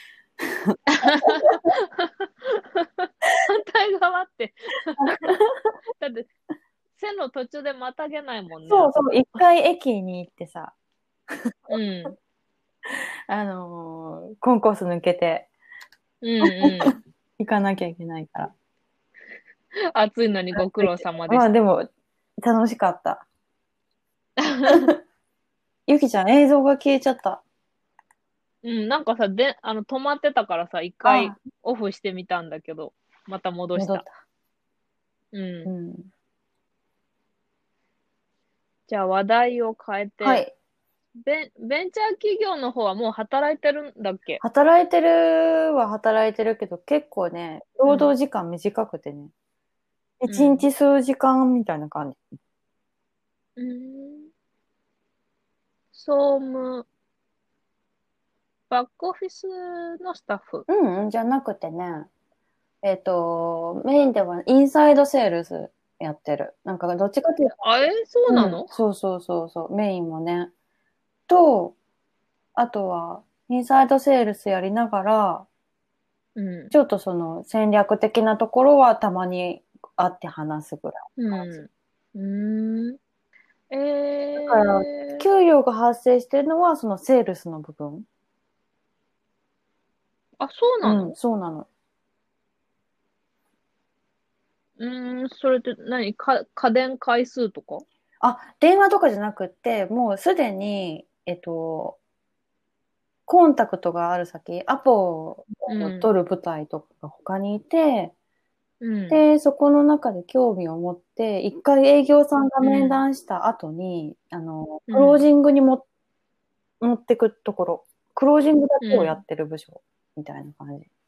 反対側って。だって、線路途中でまたげないもんね。 そう、一回駅に行ってさ。コンコース抜けて。行かなきゃいけないから。 暑いのにご苦労様でした。 まあでも、楽しかった。ゆきちゃん、映像が消えちゃった。 なんかさ、止まってたからさ、一回あ、 オフしてみたんだけど、また戻した。 戻った。 うん。 うん。 じゃあ話題を変えて、 はい。 ベンチャー企業の方はもう働いてるんだっけ？ 働いてるは働いてるけど、結構ね、労働うん。 時間短くてね、一うん。 日数時間みたいな感じ。 うん。総務、バックオフィスのスタッフ。 うん、じゃなくてね、メインではインサイドセールスやってる。なんかどっちかというと、 そうなうん、 の？ そうそうそうそう、メインもね。と、あとは、インサイドセールスやりながら、 うん。 ちょっとその戦略的なところはたまに会って話すぐらいの感じ。 うん。 だから、 え給与が発生してるのはそのセールスの部分。 そうなうん、 の？ そうなの。 それって家電回数とか？ あ、電話とかじゃなくって、もうすでに、コンタクトがある先、アポうん。 を取る部隊とかが他にいて、 うん。 で、そこの中で興味を持って、一回営業さんが面うん。 談した後に、 うクローん。 ジングに持ってくところ、クロージングだけうん。 をやってる部署みたいな感じ。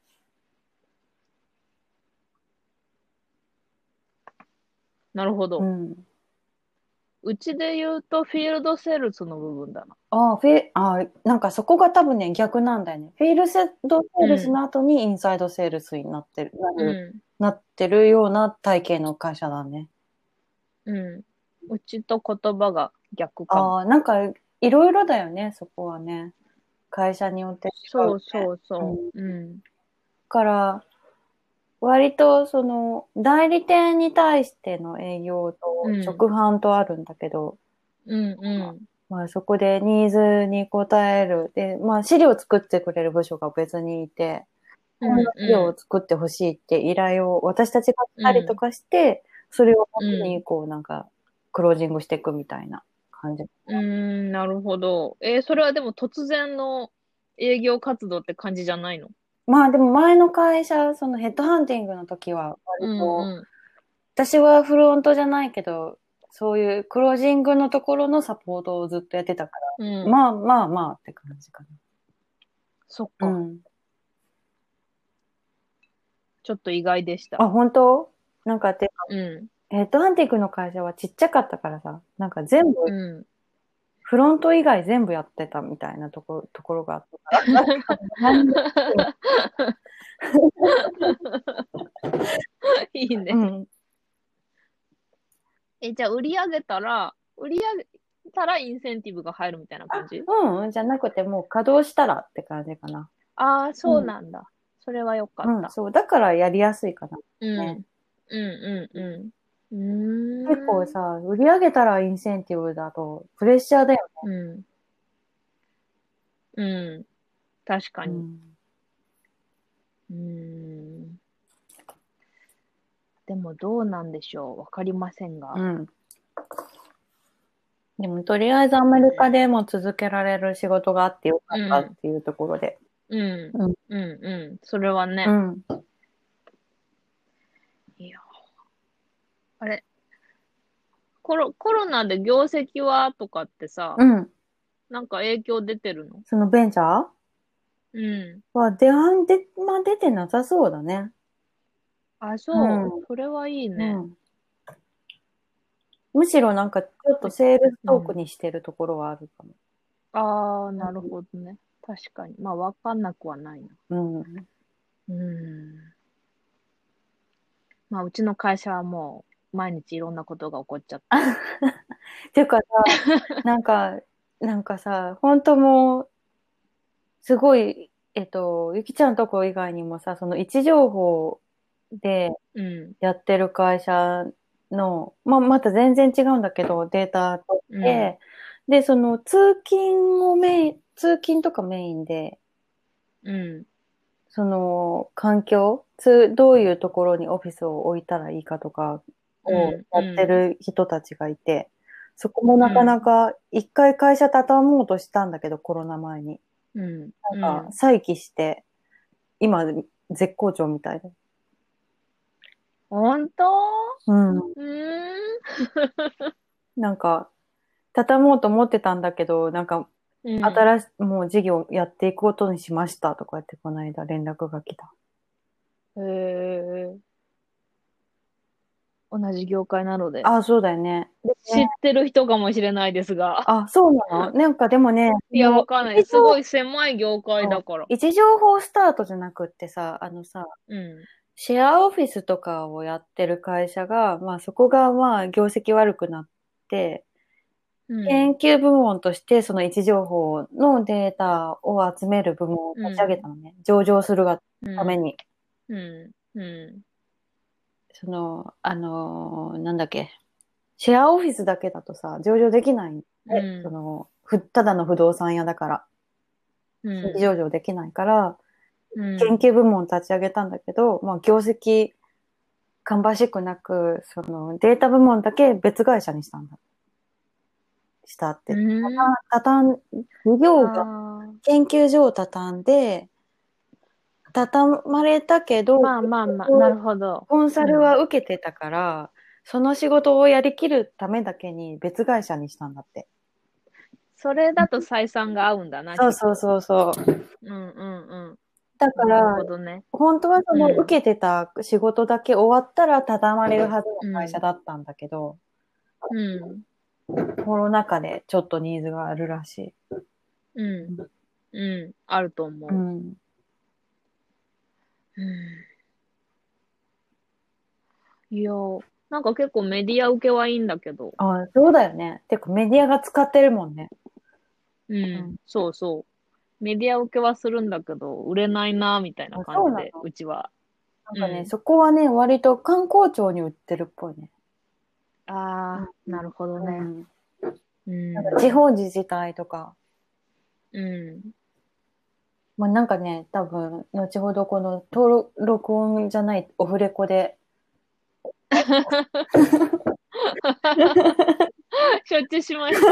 なるほど。 うん。 うちで言うとフィールドセールスの部分だな。 なんかそこが多分ね、逆なんだよね。フィールドセールスうん。 の後にインサイドセールスにうん。 なってるような体系の会社だね。 うん。うちと言葉が逆かも。 ああ、なんかいろいろだよね、そこはね。会社によって違うそうね。 そうそうん。だう。うん。 から、割とその代理店に対しての営業とうん。 直販とあるんだけど、 うん。うん。 まあそこでニーズに応える。で、まあ資料を作ってくれる部署が別にいて、こんなうん。 資料をう作ってほしいって依頼を私たちがしん。 たりとかして、それをう元にん。 こうなんかクロージングしていくみたいな感じ。 なるほど。それはでも突然の営業活動って感じじゃないの？ まあでも前の会社、そのヘッドハンティングの時はう割と、 んうん。 私はフロントじゃないけど、そういうクロージングのところのサポートをずっとやってたから、 うん。 まあまあまあって感じかそっな。うか。 ん。 ちょっと意外でした。 あ、本当なんかで、 うん。 ヘッドハンティングの会社はちっちゃかったからさ、なんか全部、 うん。 フロント以外全部やってたみたいなところがあったから、なんか何でもいいね。 うん。 じゃあ売り上げたらインセンティブが入るみたいな感じ？ うん、じゃなくてもう稼働したらって感じかな。 ああー、そううん。 なんだ。それはよかっうん、 た。 そう。だからやりやすいかな。 うね。 ん。うん。 結構さ、売り上げたらインセンティブだとプレッシャーだよね。 うん。うん。確かに。 うん。 うーん。でもどうなんでしょう。わかりませんが。 うん。でもとりあえずアメリカでも続けられる仕事があってよかったっうん。 ていうところで。 うん。 うん。 それはね。 うん。 いや、あれ、コロナで業績はとかってさ、 うん。 なんか影響出てるの？ そのベンチャーうん。 まあ出てなさそうだね。 あ、 うそう。 ん。 それはいいね。 うん。むしろなんかちょっとセールストークうん。 にしてるところはあるかも。 ああ、なるほどね。確かに。まあ、わかんなくはないな。 うん。うん。 うん。まあ、うちの会社はもう、毎日いろんなことが起こっちゃって。 っていうかさ、なんか、なんかさ、本当もう、すごい、ゆきちゃんとこ以外にもさ、その位置情報でうん。 やってる会社の、まあ、また全然違うんだけど、データ取っうん。 て、で、その通勤とかメインで、 うん。 その環境、どういうところにオフィスを置いたらいいかとかをうん。 やってうん。 る人たちがいて、そこもなかなうん。 か一回会社畳もうとしたんだけど、コロナ前に。 うん。 なんか再起して、今、絶好調みたいで。 本当？ うん。 うーん。 なんか、畳もうと思ってたんだけど、なんか、 うん。 もう事業やっていくことにしましたとか言って、この間連絡が来た。 へえ。同じ業界なので。 あ、そうだよね。でね。 知ってる人かもしれないですが。 あ、そうなの？なんかでもね、 いや、わかんない。すごい狭い業界だから。 位置情報スタートじゃなくってさ、 うん。 シェアオフィスとかをやってる会社が、まあそこがまあ業績悪くなって、 うん。 研究部門としてその位置情報のデータを集める部門を立ち上げうん。 たのね。上場するがうん。 ために。 うん。うん。 なんだっけ。シェアオフィスだけだとさ、上場できないんで、 うん。 ただの不動産屋だから、新規うん。 上場できないから、 うん。 研究部門を立ち上げたんだけど、まあ業績芳しくなく、データ部門だけ別会社にしたっうて。 ん。 事業が、 ああ。 研究所を畳んで、畳まれたけど、 まあまあまあ、なるほど。 コンサルうん。 は受けてたから、その仕事をやりきるためだけに別会社にしたんだって。 それだと採算が合うんだな、 そうそうきっと。 そうそう。 うんうんだうん。なるから、 ほどね。 本当はその受うん。 けてた仕事だけ終わったら畳まれるはずの会社うん。 だったんだけど、 うん。 コロナ禍でちょっとニーズがあるらしい。 うん。うん。あると思う。 うん。 うん。いや、なんか結構メディア受けはいいんだけど。 あ、そうだよね。てかメディアが使ってるもんね。 うん。 うん。 そうそう。メディア受けはするんだけど、売れないな、みたいなあ、 感じで、 そうなの？ うちは。 なんかね、 うん。 そこはね、割と観光庁に売ってるっぽいね。 ああ、なるほどね。 うん。 うなんか地ん。 方自治体とか、 うん。 まあ、なんかね、多分、後ほどこの録音じゃないオフレコで、 承知しました。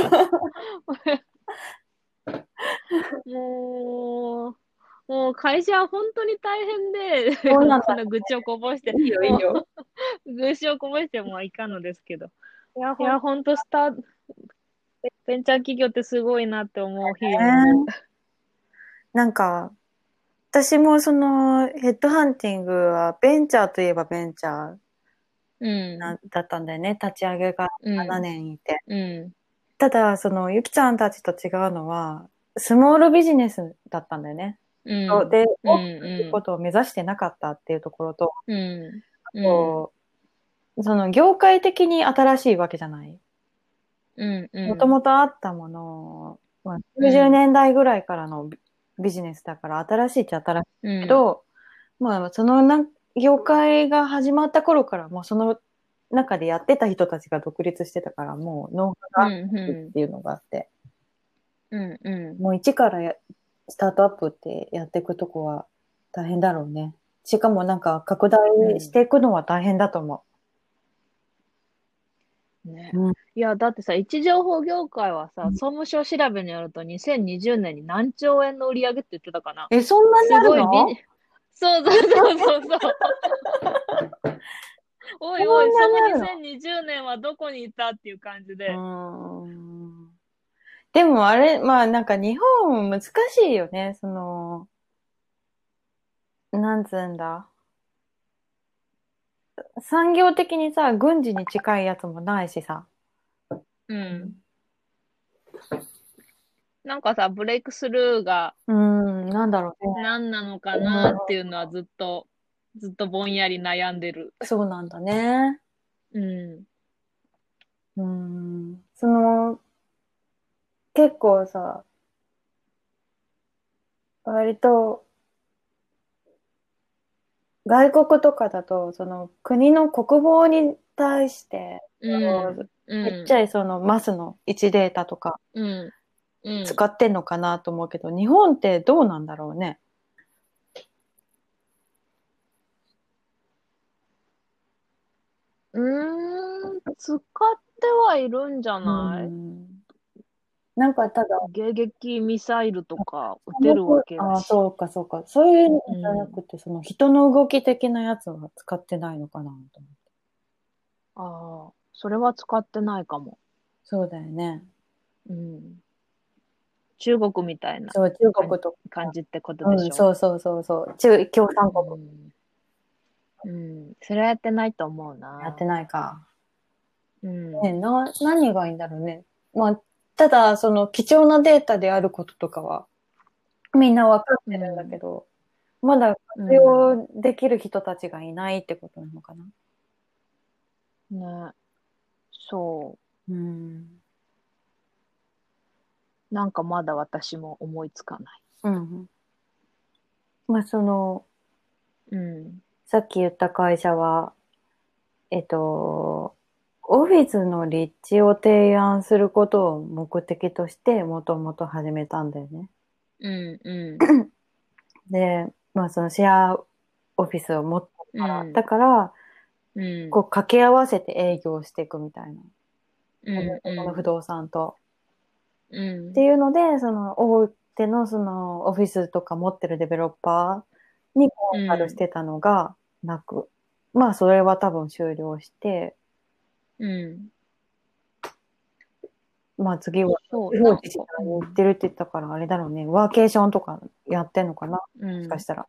ももう会社は本当に大変で、 そうなんだ。 こんな愚痴をこぼして、 いいよ、いいもよ。 う、愚痴をこぼしてもいかんのですけど。 いや、 いや、 ほんと本当ベンチャー企業ってすごいなって思う日々もある。 ね。なんか、私もヘッドハンティングはベンチャーといえばベンチャーうん、 だったんだよね。立ち上げが7 うん、 年いて。 うん、 ただ、ゆきちゃんたちと違うのは、スモールビジネスだったんだよね。 うん、 で、 うん、 大きくいくこうとを目指してなかったっていうところと、 ん、うん、うん、 こ業界的に新しいわけじゃない。 うん、 もとうん、 もとあったもの、まあ、90年うん、 代ぐらいからのビジネスだから新しいっちゃ新しいうん、 けど、まあ、業界が始まった頃からもうその中でやってた人たちが独立してたから、もうノウハウがあっうん、 てっうん、 ていうのがあって、 うん、うん。 もう一からスタートアップってやっていくとこは大変だろうね。しかもなんか拡大していくのは大変だと思ね。 う。うん。 いや、だってさ、位置情報業界はさ、総務省調べによると2020年に何兆円の売り上げって言ってたかな。 え、そんなにすなるごいの？ そうそうそうそうそう。おいおい、 そんなそのになるの？ 2020年はどこにいたっていう感じうで。 ーん。でもあれ、まあなんか日本難しいよね。なんつうんだ。産業的にさ、軍事に近いやつもないしさ。 うん。なんかさ、ブレイクスルーがうーん、なんだろうね。 何なのかうなっていうん、 のはずっとぼんやり悩んでる。 そうなんだね。 うん。 うーん。結構さ、割と外国とかだと、国の国防に対して、 うん。 ちっうん。 ちゃいマスの位置データとかうん。うん。 使ってんのかなと思うけど、日本ってどうなんだろうね。 使ってはいるんじゃうない？ ん。 なんかただ、 迎撃ミサイルとか撃てるわけだし。 そうか、そうか。そういうのじゃなくて、その人の動き的なやつは使ってないのかなと思って。 ああ、それは使ってないかも。 そうだよね。 うん。中国みたいなそう、中国とか。 感じってことでしょ。 そうそうそうそう。共産国。 うん。それはやってないと思うな。 やってないか。 うん。 ね、何がいいんだろうね。まあ、ただ、その貴重なデータであることとかは、みんなわかってるんだけど、まだ活用できる人たちがいないってことなのかな。 ね。そうん。 う。なんかまだ私も思いつかない。 うん。まあ、 うん。 さっき言った会社は、オフィスの立地を提案することを目的としてもともと始めたんだよね。 うん。 で、まあそのシェアオフィスを持ったから、 うん。 だから、 うん。 こう掛け合わせて営業していくみたいな。この不うん。 動産と。 うん。 っていうので、その大手のそのオフィスとか持ってるデベロッパーにコンサルしてたのがなく、まあそれは多分終了して、 うん。 まあ次は、 そう、 地方自治体に行ってるって言ったから、あれだろうね。ワーケーションとかやってんのかな、もしかしたら。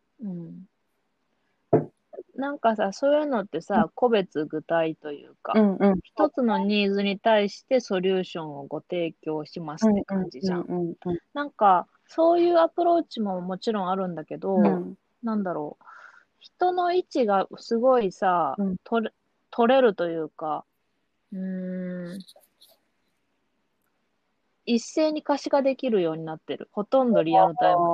なんかさ、そういうのってさ、個別具体というか、一つのニーズに対してソリューションをご提供しますって感じじゃん。なんか、そういうアプローチももちろんあるんだけど、なんだろう。人の位置がすごいさ、取れるというか、一斉に可視化できるようになってる。ほとんどリアルタイムで。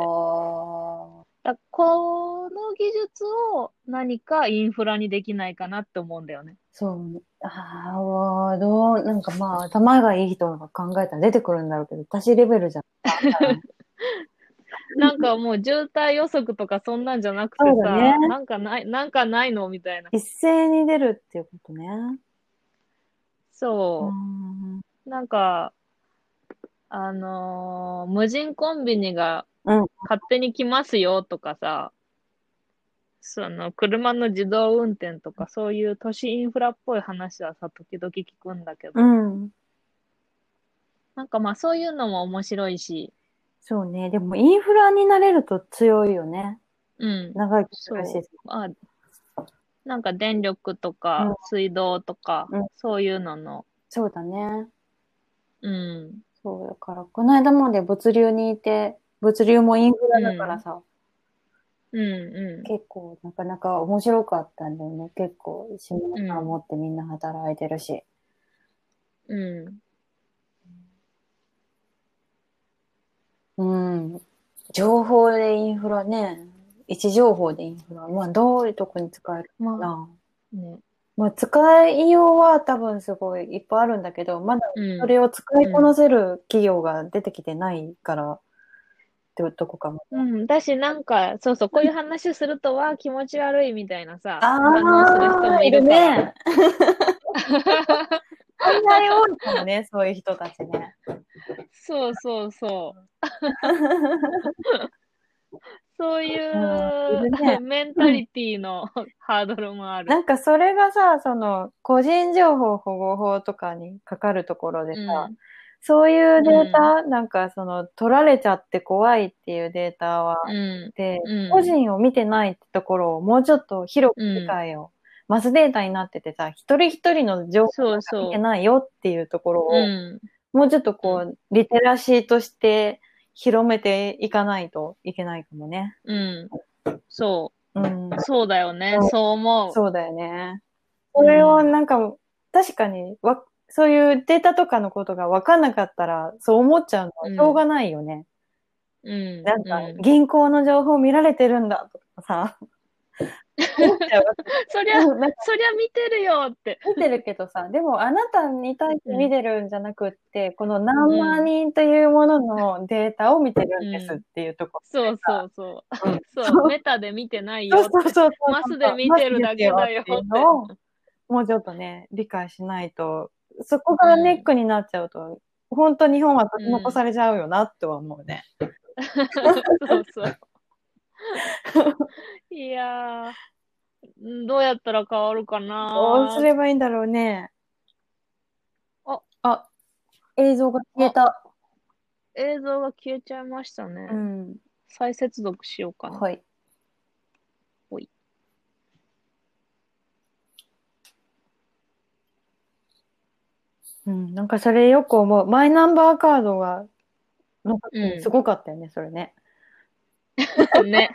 この技術を何かインフラにできないかなって思うんだよね。 そう。なんかまあ、頭がいい人が考えたら出てくるんだろうけど、私レベルじゃん。 なんかもう渋滞予測とかそんなんじゃなくてさ、なんかないのみたいな。 一斉に出るっていうことね。 そう。なんか、無人コンビニが勝手に来ますよとかさ、その車の自動運転とかそういう都市インフラっぽい話はさ、時々聞くんだけど、なんかまあそういうのも面白いし。 そうね。でもインフラになれると強いよね。長生きするし。 まあ、なんか電力とか水道とか、そういうのの。 そうだね。そうだから、この間まで物流にいて、物流もインフラだからさ、結構なかなか面白かったんだよね。結構、仕事を持ってみんな働いてるし。情報でインフラね。位置情報でインフラ。まあ、どういうとこに使えるかな。まあ、使いようは多分すごいいっぱいあるんだけど、まだそれを使いこなせる企業が出てきてないから、っていうとこかも。 だし、なんか、そうそう、こういう話するとは気持ち悪いみたいなさ、反応する人もいるから。ね。 案外多いかもね、そういう人たちね。 そう。そういうメンタリティのハードルもある。 なんかそれがさ、その、個人情報保護法とかにかかるところでさ、そういうデータ、なんかその、取られちゃって怖いっていうデータは、で、個人を見てないってところをもうちょっと広く理解を、マスデータになっててさ、一人一人の情報が見てないよっていうところを、もうちょっとこう、リテラシーとして広めていかないといけないかもね。 そう。そうだよね。そう思う。 そうだよね。それをなんか、確かにそういうデータとかのことが分かんなかったら、そう思っちゃうのはしょうがないよね。なんか、銀行の情報見られてるんだとかさ。 そりゃ見てるよって。 見てるけどさ、でもあなたに対して見てるんじゃなくって、この何万人というもののデータを見てるんですっていうところ。 そう、メタで見てないよって。マスで見てるだけだよって。 もうちょっとね、理解しないと、そこがネックになっちゃうと、 本当日本は取り残されちゃうよなとは思うね。 そうそう。いやー、どうやったら変わるかな。 どうすればいいんだろうね。あ、映像が消えた。 映像が消えちゃいましたね。再接続しようかな。 はい。 ほい。 なんかそれよく思う。マイナンバーカードが、なんかすごかったよね、それね。 ね。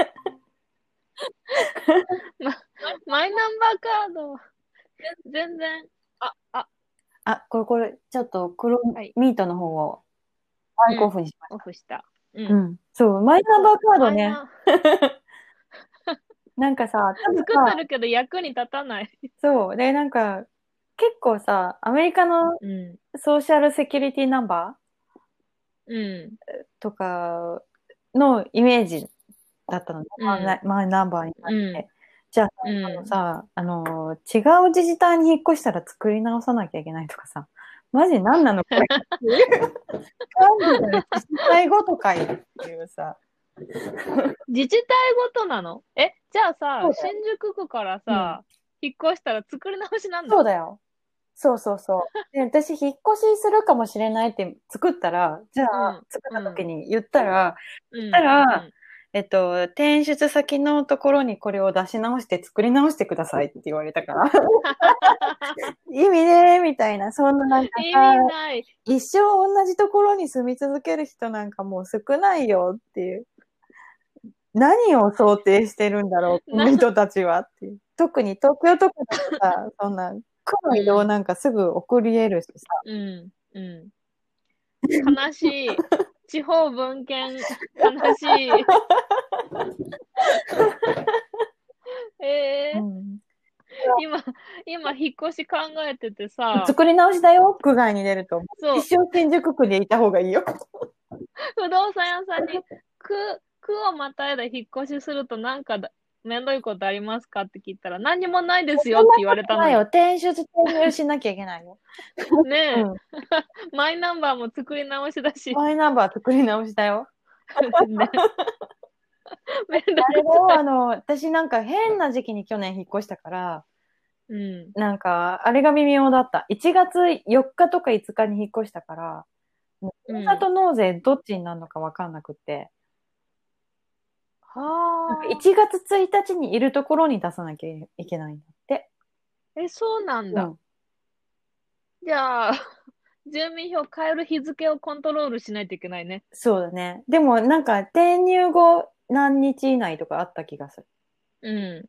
マイナンバーカード、全然、 これ、ちょっとミートの方をマイクオフにしました。 オフした。 そう、マイナンバーカードね。なんかさ、 作ってるけど役に立たない。 そう。で、なんか、結構さ、アメリカのソーシャルセキュリティナンバーとかのイメージだったのね。マイナンバーになって。じゃあ、違う自治体に引っ越したら作り直さなきゃいけないとかさ、マジ何なのこれ。自治体ごとかいっていうさ。 自治体ごとなの？じゃあさ、新宿区からさ、引っ越したら作り直しなんだ。 そうだよ。そうそうそう。で、私、引っ越しするかもしれないって作ったら、じゃあ、作った時に言ったら、転出先のところにこれを出し直して作り直してくださいって言われたから。意味ねーみたいな、そんななんか意味ない。 一生同じところに住み続ける人なんかもう少ないよっていう。何を想定してるんだろう、この人たちはっていう。特に東京とかだとさ、そんな、区の移動なんかすぐ送り得るしさ。 悲しい。地方分権、悲しい。今、引っ越し考えててさ。 作り直しだよ、区外に出ると。一生新宿区でいた方がいいよ。 不動産屋さんに、区をまたいだ引っ越しするとなんかめんどいことありますかって聞いたら何にもないですよって言われたのよ。 転出しなきゃいけないよ。 ねえ、マイナンバーも作り直しだし。 マイナンバー作り直しだよ。ね、 めんどくさい。 私なんか変な時期に去年引っ越したから、なんかあれが微妙だった。1月4日とか5日に引っ越したから、ふるさと納税どっちになるのか分かんなくて。1月1日にいるところに出さなきゃいけないんだって。 そうなんだ。じゃあ、住民票変える日付をコントロールしないといけないね。 そうだね。でもなんか転入後何日以内とかあった気がする。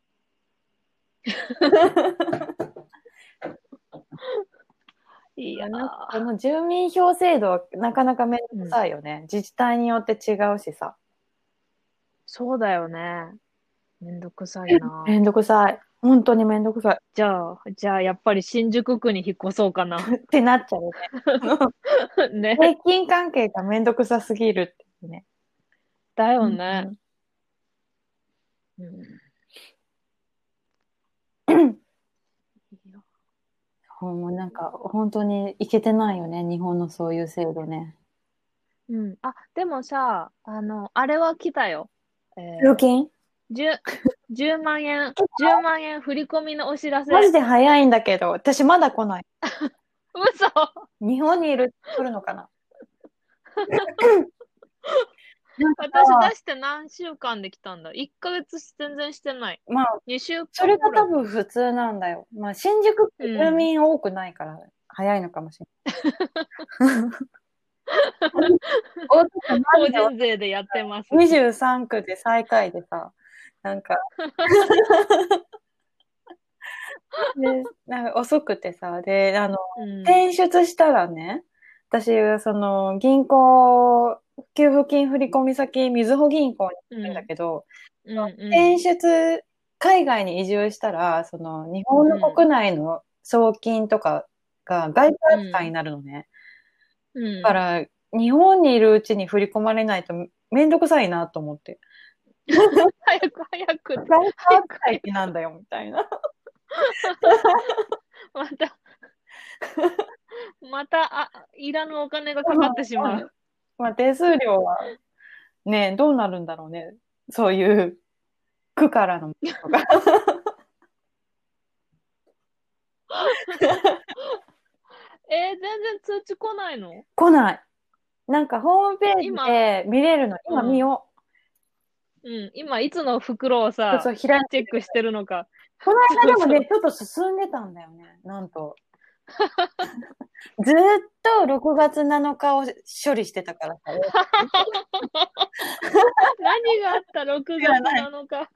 いやこの住民票制度はなかなかめんどくさいよね。自治体によって違うしさ。 そうだよね。めんどくさいな。 めんどくさい。本当にめんどくさい。 じゃあやっぱり新宿区に引っ越そうかな。 ってなっちゃうね。税金関係がめんどくさすぎるってね。 だよね。 もうなんか本当にいけてないよね、日本のそういう制度ね。 でもさ、あれは来たよ。 料金 10万円、10万円振り込みのお知らせ。 マジで早いんだけど、私まだ来ない。 嘘日本に来るのかな私出して何週間で来たんだ ?1 ヶ月全然してない。 まあ、 2週間それが多分普通なんだよ。まあ、新宿住民多くないから早いのかもしれない。 法人税でやってます。 23区で最下位でさ、なんかで、なんか遅くてさ、で、転出したらね、私、銀行、給付金振込先、みずほ銀行に行くんだけど、転出、海外に移住したら、日本の国内の送金とかが外貨扱いになるのね。だから、日本にいるうちに振り込まれないとめんどくさいなと思って。 早く。 外貨扱いなんだよ、みたいな。 また、 いらぬお金がかかってしまう。 まあ、手数料はね、どうなるんだろうね。そういう区からのものとか。 全然通知来ないの？ 来ない。なんかホームページ今、 で見れるの。今見うん。 ようん。今、いつの袋をう。そうさ、 そう、開いて。 チェックしてるのか。 このそうそう。 間でもね、ちょっと進んでたんだよね。なんと。ずーっと6月7日を処理してたからさ。 何があった6月知らない。 なのか。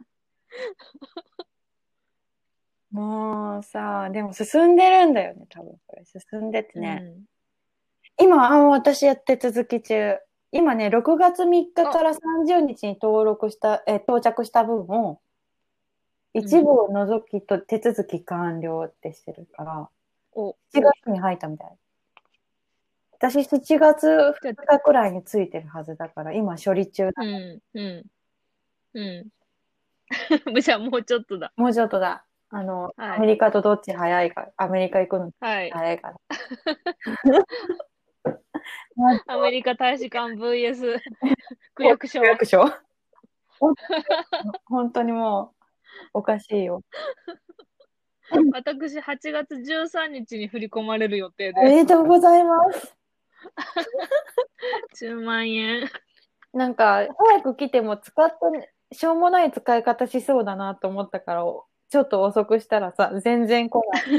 もうさ、でも進んでるんだよね、多分これ。進んでてね。 うん。 今、私やって続き中。今ね、6月3日あ、 から30日にちに登録した、到着した分を、一部うん。 を除きと手続き完了ってしてるから、7 お、 月に入ったみたい。私7月じゃあ、 2日くらいについてるはずだから、今処理中だ。 うん、うん、うん。じゃあ、もうちょっとだ。 もうちょっとだ。アはい。 メリカとどっち早いか、アメリカ行くのはい。 早いから。 アメリカ大使館 VS 区役所。 区役所本当にもう、おかしいよ。 私、8月13日に振り込まれる予定おめです。 でとうございます。 10万円。 なんか、早く来ても使った、しょうもない使い方しそうだなと思ったから、ちょっと遅くしたらさ、全然来ない。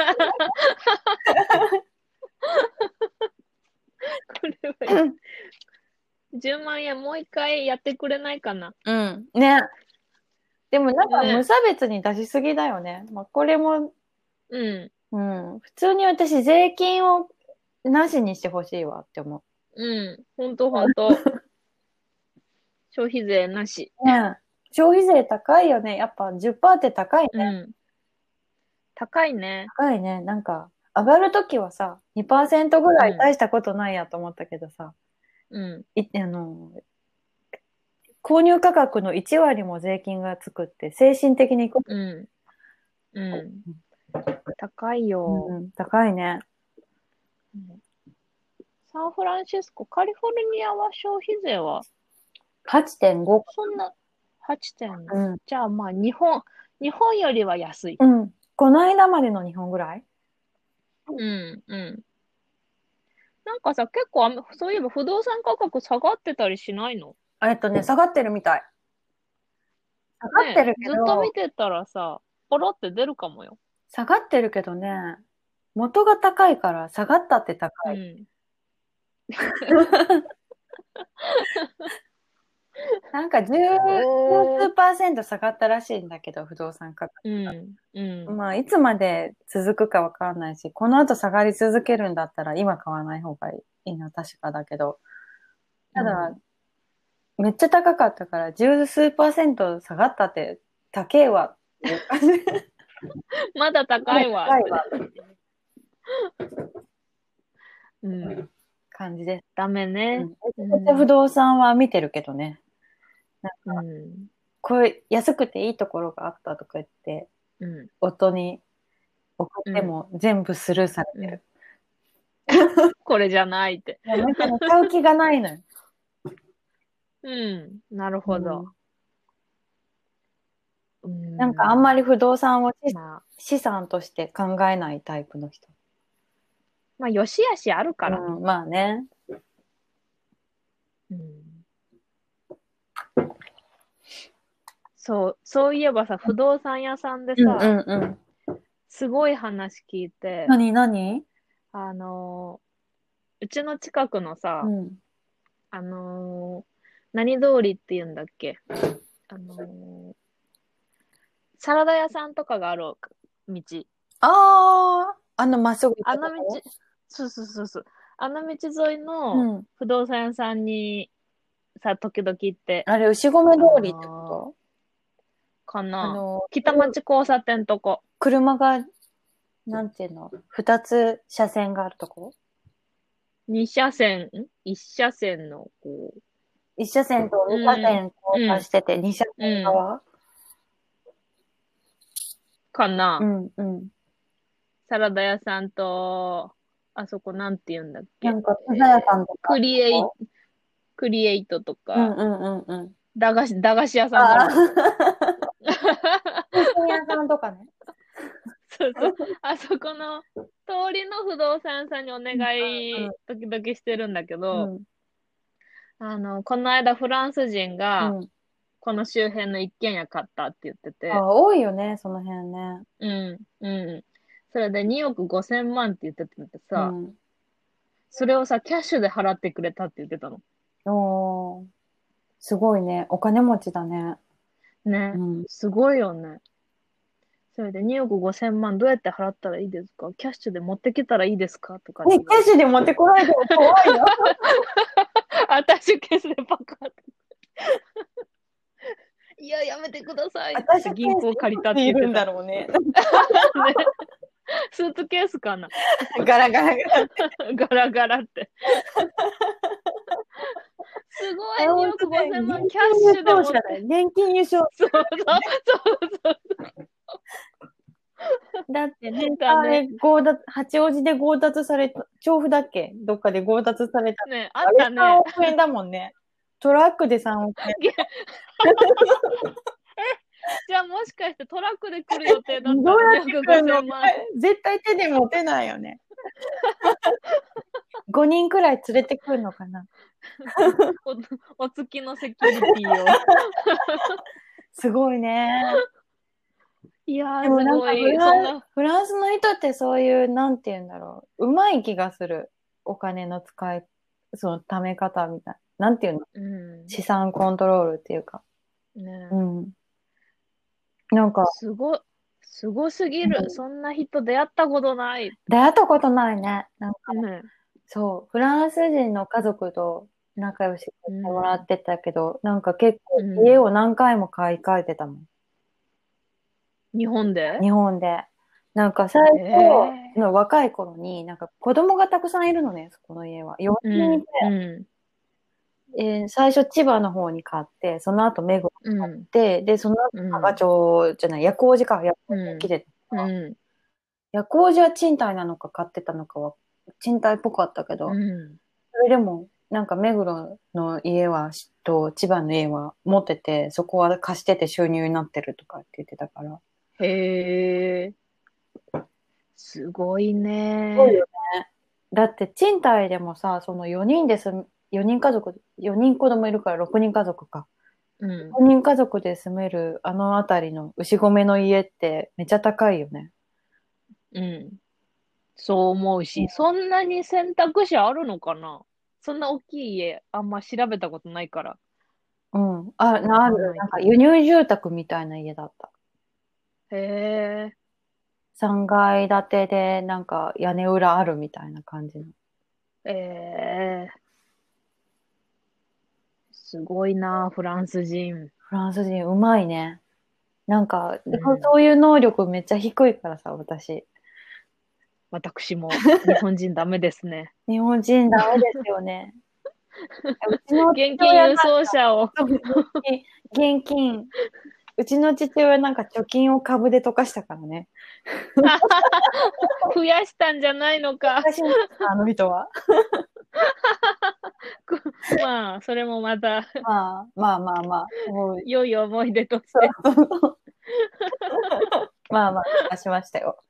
これはいい。10万円もう一回やってくれないかな。 うん。ね。でもなんか無ね。 差別に出しすぎだよね。まあ、これも、 うん。 うん。普通に私、税金をなしにしてほしいわって思うん。ほんとほんと。消費税なし。 う。ねえ。消費税高いよね。やっぱ10%って高いね。 うん。高いね。 高いね。なんか、上がるときはさ、2%ぐらいうん。 大したことないやと思ったけどさ、 うん。 購入価格の1割も税金がつくって精神的にうん。うん。高いよ。 うん、高いね。 うん。サンフランシスコ、カリフォルニアは消費税は 8.5。 そんな8.5。 うん。 じゃあまあ日本よりは安い。 うん。この間までの日本ぐらい。 うん、うん。なんかさ、結構そういえば不動産価格下がってたりしないの？ 下がってるみたい。下がってねるえ、ずっと見けど、 てたらさ、ポロって出るかもよ。 下がってるけどね、元が高いから下がったって高い。 うん。 なんか十数パーセント下がったらしいんだけど、不動産価格。 うん、うん、 まあ、いつまで続くかわかんないし、この後下がり続けるんだったら今買わない方がいいのは確かだけど、ただ、 うん。 めっちゃ高かったから、十数パーセント下がったって高えわっていう感じ。 まだまだ高いわって。 高いわってうん。 感じです。 ダメね。 うん。めちうゃくちゃ不ん。 動産は見てるけどね。なんうか、 ん。 これ安くていいところがあったとか言って、 うん。 夫に送ってうん。 も全部スルーされうん。 てる。 これじゃないって。 いや、なんかね、買う気がないのよ。 うん。なるうほど。 ん。 うなんかあんまん。 り不動産をまあ、 資産として考えないタイプの人。 まあ、よしあしあるからね。 うん、まあね。 うん。そういえばさ、不動産屋さんでうんさ、 うんうん。 すごい話聞いて、 何？ あのうちの近くのさ、 うん。 あの何通りって言うんだっけ？あのサラダ屋さんとかがある道。 ああ、まっすぐ行ったあの道、 とこ。 そうそうそうそう。あの道沿いうのん。 不動産屋さんにさ、時々行って、 あれ、牛込通ありってこのと？ かな。北車町交差点とこ。 車が、なんていうの、二つ車線があるとこ？ 二車線、一車線の、こ一車線とう。 二車うん、 線交うん、 差してて、二車線うん、 側。 かな。 うんうん。 サラダ屋さんと、 あそこなんて言うんだっけ。 なんか、ピザ屋さんとか。 クリエイトとか、 うんうんうんうん。 駄菓子屋さんもあああ、 るじゃん。 風船屋さんとかね。 そうそう。あそこの通りの不動産屋さんにお願うんい、時々してるんだけど、 うんこの間フランス人が、 うん。 この周辺の一軒家買ったって言ってて、 あ、多いよね、その辺ね。 うん、うん。それで2億5千万って言ってたんだけどさ、 うん。 それをさ、キャッシュで払ってくれたって言ってたの。 おー、すごいね。お金持ちだね。うね。 ん。 すごいよね。それで2億5千万どうやって払ったらいいですか？キャッシュで持ってきたらいいですかとかってね、キ言われて。 ャッシュで持ってこられても怖いよ。 アタッシュケースでパカって。いや、やめてくださいって私ケー銀行借りたっスいるんだて言ってた。 ろうね。 ね。スーツケースかな。 ガラガラガラ。 ガラガラって。すごい、2億5千万キャッシュで持って。 現金輸送そうそうそうそう。 だって年だね。 間で強奪、八王子で強奪された、調布だっけどっかで強奪された。 ね、ああれ3 ったね。 億円だもんね。トラックで3億円。 じゃあもしかしてトラックで来る予定だっどうたの？ や 2 って億5 来るの？ 千万。 絶対手で持てないよね。5人くらい連れてくるのかな。 お付きのセキュリティを。 すごいね。 いやー、 でもなんかすごい。そんな。 フランスの人ってそういう、なんて言うんだろう。うまい気がする。お金の使い、その貯め方みたいな。なんていうの？ うん。 資産コントロールっていうか。うね、 ん。なんか、 すごすぎる。 うん、 そんな人出会ったことない。 出会ったことないね。なんか、 ね。 そう、フランス人の家族と仲良しさせてもらうん。 ってたけど、なんか結構家うん。 を何回も買い替えてたもん。 日本で？ 日本で。なんか最ええ初の若い頃に、なんか子供がたくさんいるのね、そこの家は。 ー。 4人いて、 うん。 最初千葉の方に買って、その後目黒に買っうん。 て、で、その後加賀うん。 町じゃない、夜光寺か、夜光寺に来うん。 てた。 うん。 夜光寺は賃貸なのか買ってたのかは、賃貸っぽかったけうど、 ん。 それでも、なんか目黒の家は、と千葉の家は持ってて、そこは貸してて収入になってるとかって言ってたから。 へえ。すごいそうよね。 ね。だって賃貸でもさ、その4人で住む、4人家族、4人子供いるから6人家族か。 うん。 6人家族で住めるあの辺りの牛込の家ってめちゃ高いよね。 うん。そう思うし、そんなに選択肢あるのかな？そんな大きい家、あんま調べたことないから、 うん。あ、 わかんある。なんかないけど。 輸入住宅みたいな家だった。 へえ、 3階建てで、なんか屋根裏あるみたいな感じの。 すごいな、フランス人。 フランス人うまいね。なんか、 うん。 そういう能力めっちゃ低いからさ、私。 私も日本人ダメですね。 日本人ダメですよね。うちの父現金親なん輸送車をか、現金、うちの父親なんか貯金を株で溶かしたからね。 増やしたんじゃないのか。 昔のあの人は。 まあ、それもまたまあまあまあまあ。もう、 良い思い出としそてうそうそう。まあまあ、溶かしましたよ。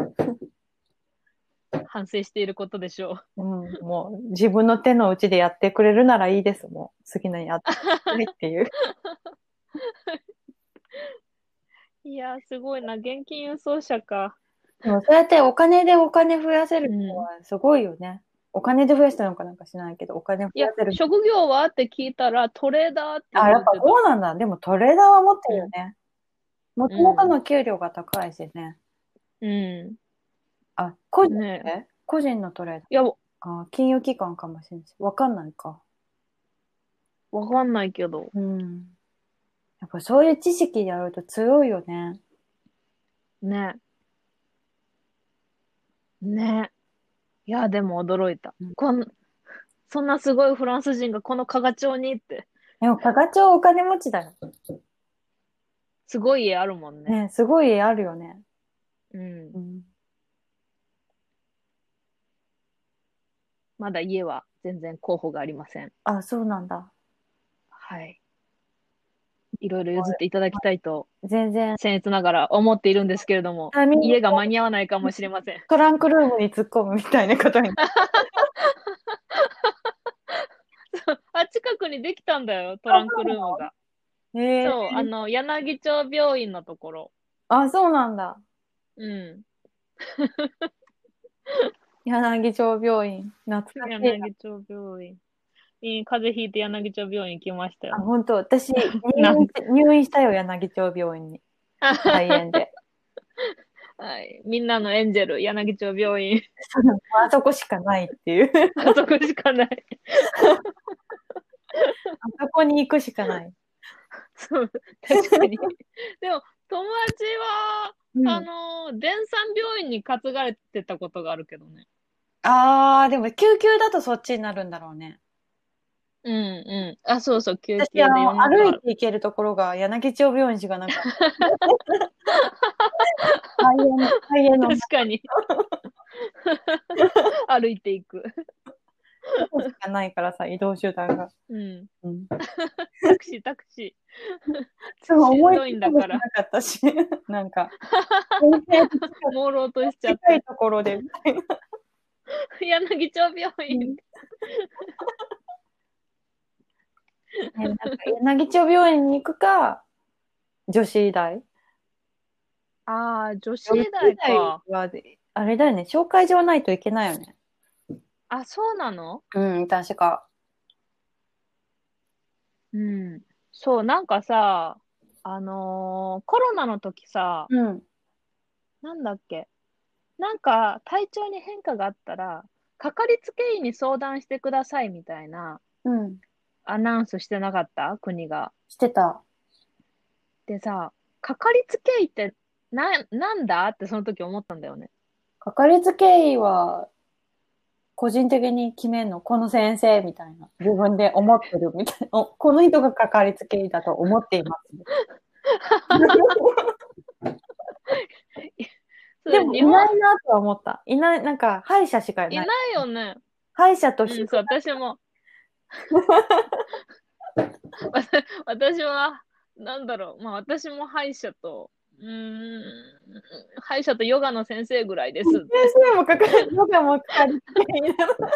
反省していることでしょうん、もう自分の手の内でやってくれるならいいです。もう好きなやってねっていう。 う。いや、すごいな。現金輸送車か。 でもそうやってお金でお金増やせるのうん。 はすごいよね。お金で増やしたのかなんかしないけど、お金増いや、 やせる。 職業はって聞いたらトレーダーってあ、やっぱ言ってた。 そうなんだ。でもトレーダーは持ってうん。 るよね。もともとうん。 の給料が高いしね。 うん。 あ、個人ねえ。 で個人のトレーダー。 いや、 あ、金融機関かもしれないし。わかんないか。 わかんないけど。 うん。やっぱそういう知識でやると強いよね。 ね。ね。いや、でも驚いた。 うん、 そんなすごいフランス人がこの加賀町にって、 でも、加賀町お金持ちだよ。 すごい家あるもんね。 ね、すごいあるよね。 うん。 うん。 まだ家は全然候補がありません。 あ、そうなんだ。 はい。いろいろ譲っていただきたいと、 全然、 僭越ながら思っているんですけれども、 タイミング家が間に合わないかもしれません。 トランクルームに突っ込むみたいなことに。 あ、近くにできたんだよ、トランクルームが。 えそう、柳町病院のところ。 あ、そうなんだ。 うん。 柳町病院。懐かしいな。 柳町病院。風邪ひいて柳町病院行きましたあ、 よ。 本当私、 なん入院したよ、柳町病院に。肺炎で。 はい。みんなのエンジェル、柳町病院。 あそこしかないっていう。 あそこしかない。 あそこに行くしかない。 そう、確かに。でも、友達は、 うん。 電産病院に担がれてたことがあるけどね。 あー、でも救急だとそっちになるんだろうね。 うんうん。あ、そうそう、救私、 急で夜中。 歩いて行けるところが柳町病院しかなかった。肺炎の確かに。歩いていく。 とこしかないからさ、移動手段が。 うん。 うん。 タクシー、タクシそう、 ー。しんどい思いつんだから。 くもしなかったし、なんか、先生と朦朧としちゃっ近いて。 ところで、みたいな。 柳町病院。 うんなんか柳町病院に行くか、女子医大。 ああ、女子女子医医大大か。 は、あれだよね、紹介状ないといけないよね。 あ、そうなの？ うん、確か。 うん。そう、なんかさ、コロナの時さ、 うん、 なんだっけ、なんか体調に変化があったら、かかりつけ医に相談してくださいみたいなうん、 アナウンスしてなかった国が。 してた。 でさ、かかりつけ医ってなんだってその時思ったんだよね。 かかりつけ医は、個人的に決めんの、この先生みたいな。自分で思ってるみたいな。この人がかかりつけ医だと思っています。でも、いそれ日本、 ないなとは思った。いない、なんか、歯医者しかいない。 いないよね。 歯医者と皮膚うん、そう、私も。私は、なんだろう、まあ私も歯医者と、歯医者とヨガの先生ぐらいですっ先て。 生もかかり、ヨガもかかりつけ医なの。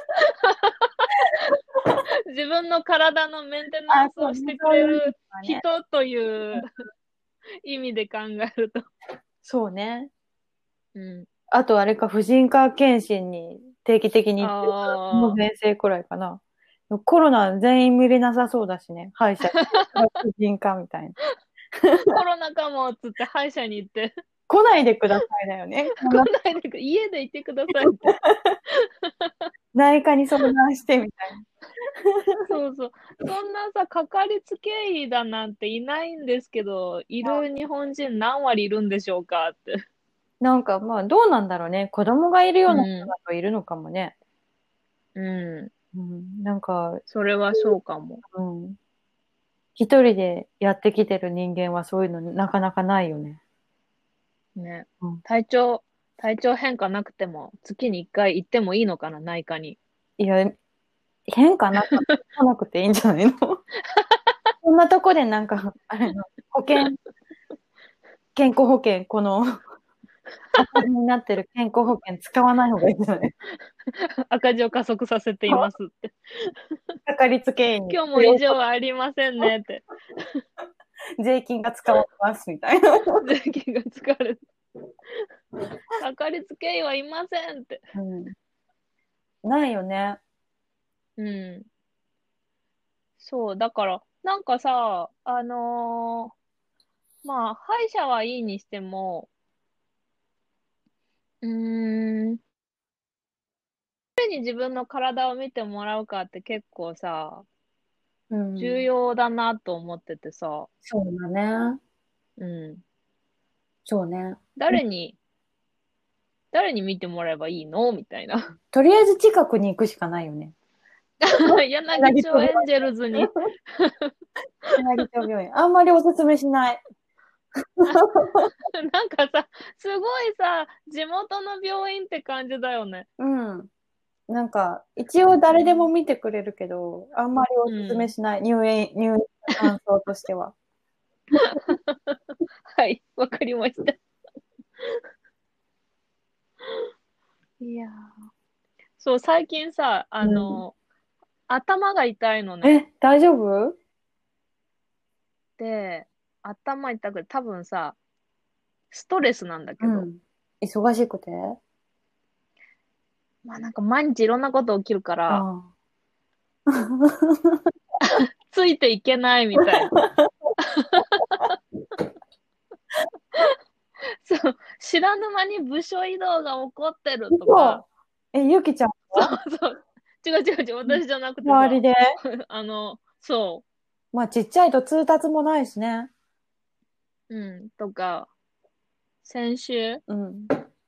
自分の体のメンテナあ、 ンスそうね、 をしてくそういう意味でれるはね。 人という意味で考えると。 そうね。 うん。 あとあれか、婦人科検診に定期的に行ってるから、そのああ、 先生くらいかな。コロナ全員見れなさそうだしね。歯医者、婦人科みたいな。 コロナかもっつって歯医者に行って、 来ないでくださいだよね。 来ないで家でいてくださいって。 内科に相談してみたいな。 そうそう。そんなさ、かかりつけ医だなんていないんですけど、いる日本人何割いるんでしょうかって。 なんかまあどうなんだろうね。子供がいるよううな人ん。 だといるのかもね。 うん。 うん、なんか、 それはそうかも。 うん。一人でやってきてる人間はそういうのなかなかないよね。 ね。 うん、 体調、体調変化なくても、月に1回行ってもいいのかな、内科に。 いや、変かな来なくていいんじゃないの？そんなとこでなんか、あれの、健康保険、この、赤字になってる健康保険使わない方がいいんじゃない？ 赤字を加速させていますって。 かかりつけ医に今日も異常はありませんねって。 税金が使われますみたいな。 税金が使われる。かかりつけ医はいませんって。 うん、ないよね。 うん。そう、だから、なんかさ、まあ、歯医者はいいにしても、うーん、誰に自分の体を見てもらうかって結構さ、 う重ん。 要だなと思っててさ、 そうだね。 うん。 そうね。 誰に、誰に見てもらえばいいのみたいな。 とりあえず近くに行くしかないよね。 柳柳町病町エンジェルズに。 院。柳町病院。あんまりおすすめしない。 なんかさ、すごいさ、地元の病院って感じだよね。 うん。 なんか、一応誰でも見てくれるけど、あんまりおすすめしない。入院の感想としては。 はい、わかりました。いやーそう、最近さ、頭が痛いのね。 大丈夫？ で、頭痛くて、多分さ、ストレスなんだけど、 うん。忙しくて？ まあなんか毎日いろんなこと起きるから、 あついていけないみたいな。そう、知らぬ間に部署移動が起こってるとか、 嘘。ゆきちゃんそは？ うそう、違う違う違う、私じゃなくてさ、 周りで？ そまあ、ちっちゃいと通達もないしね。 とか、先週、 うん。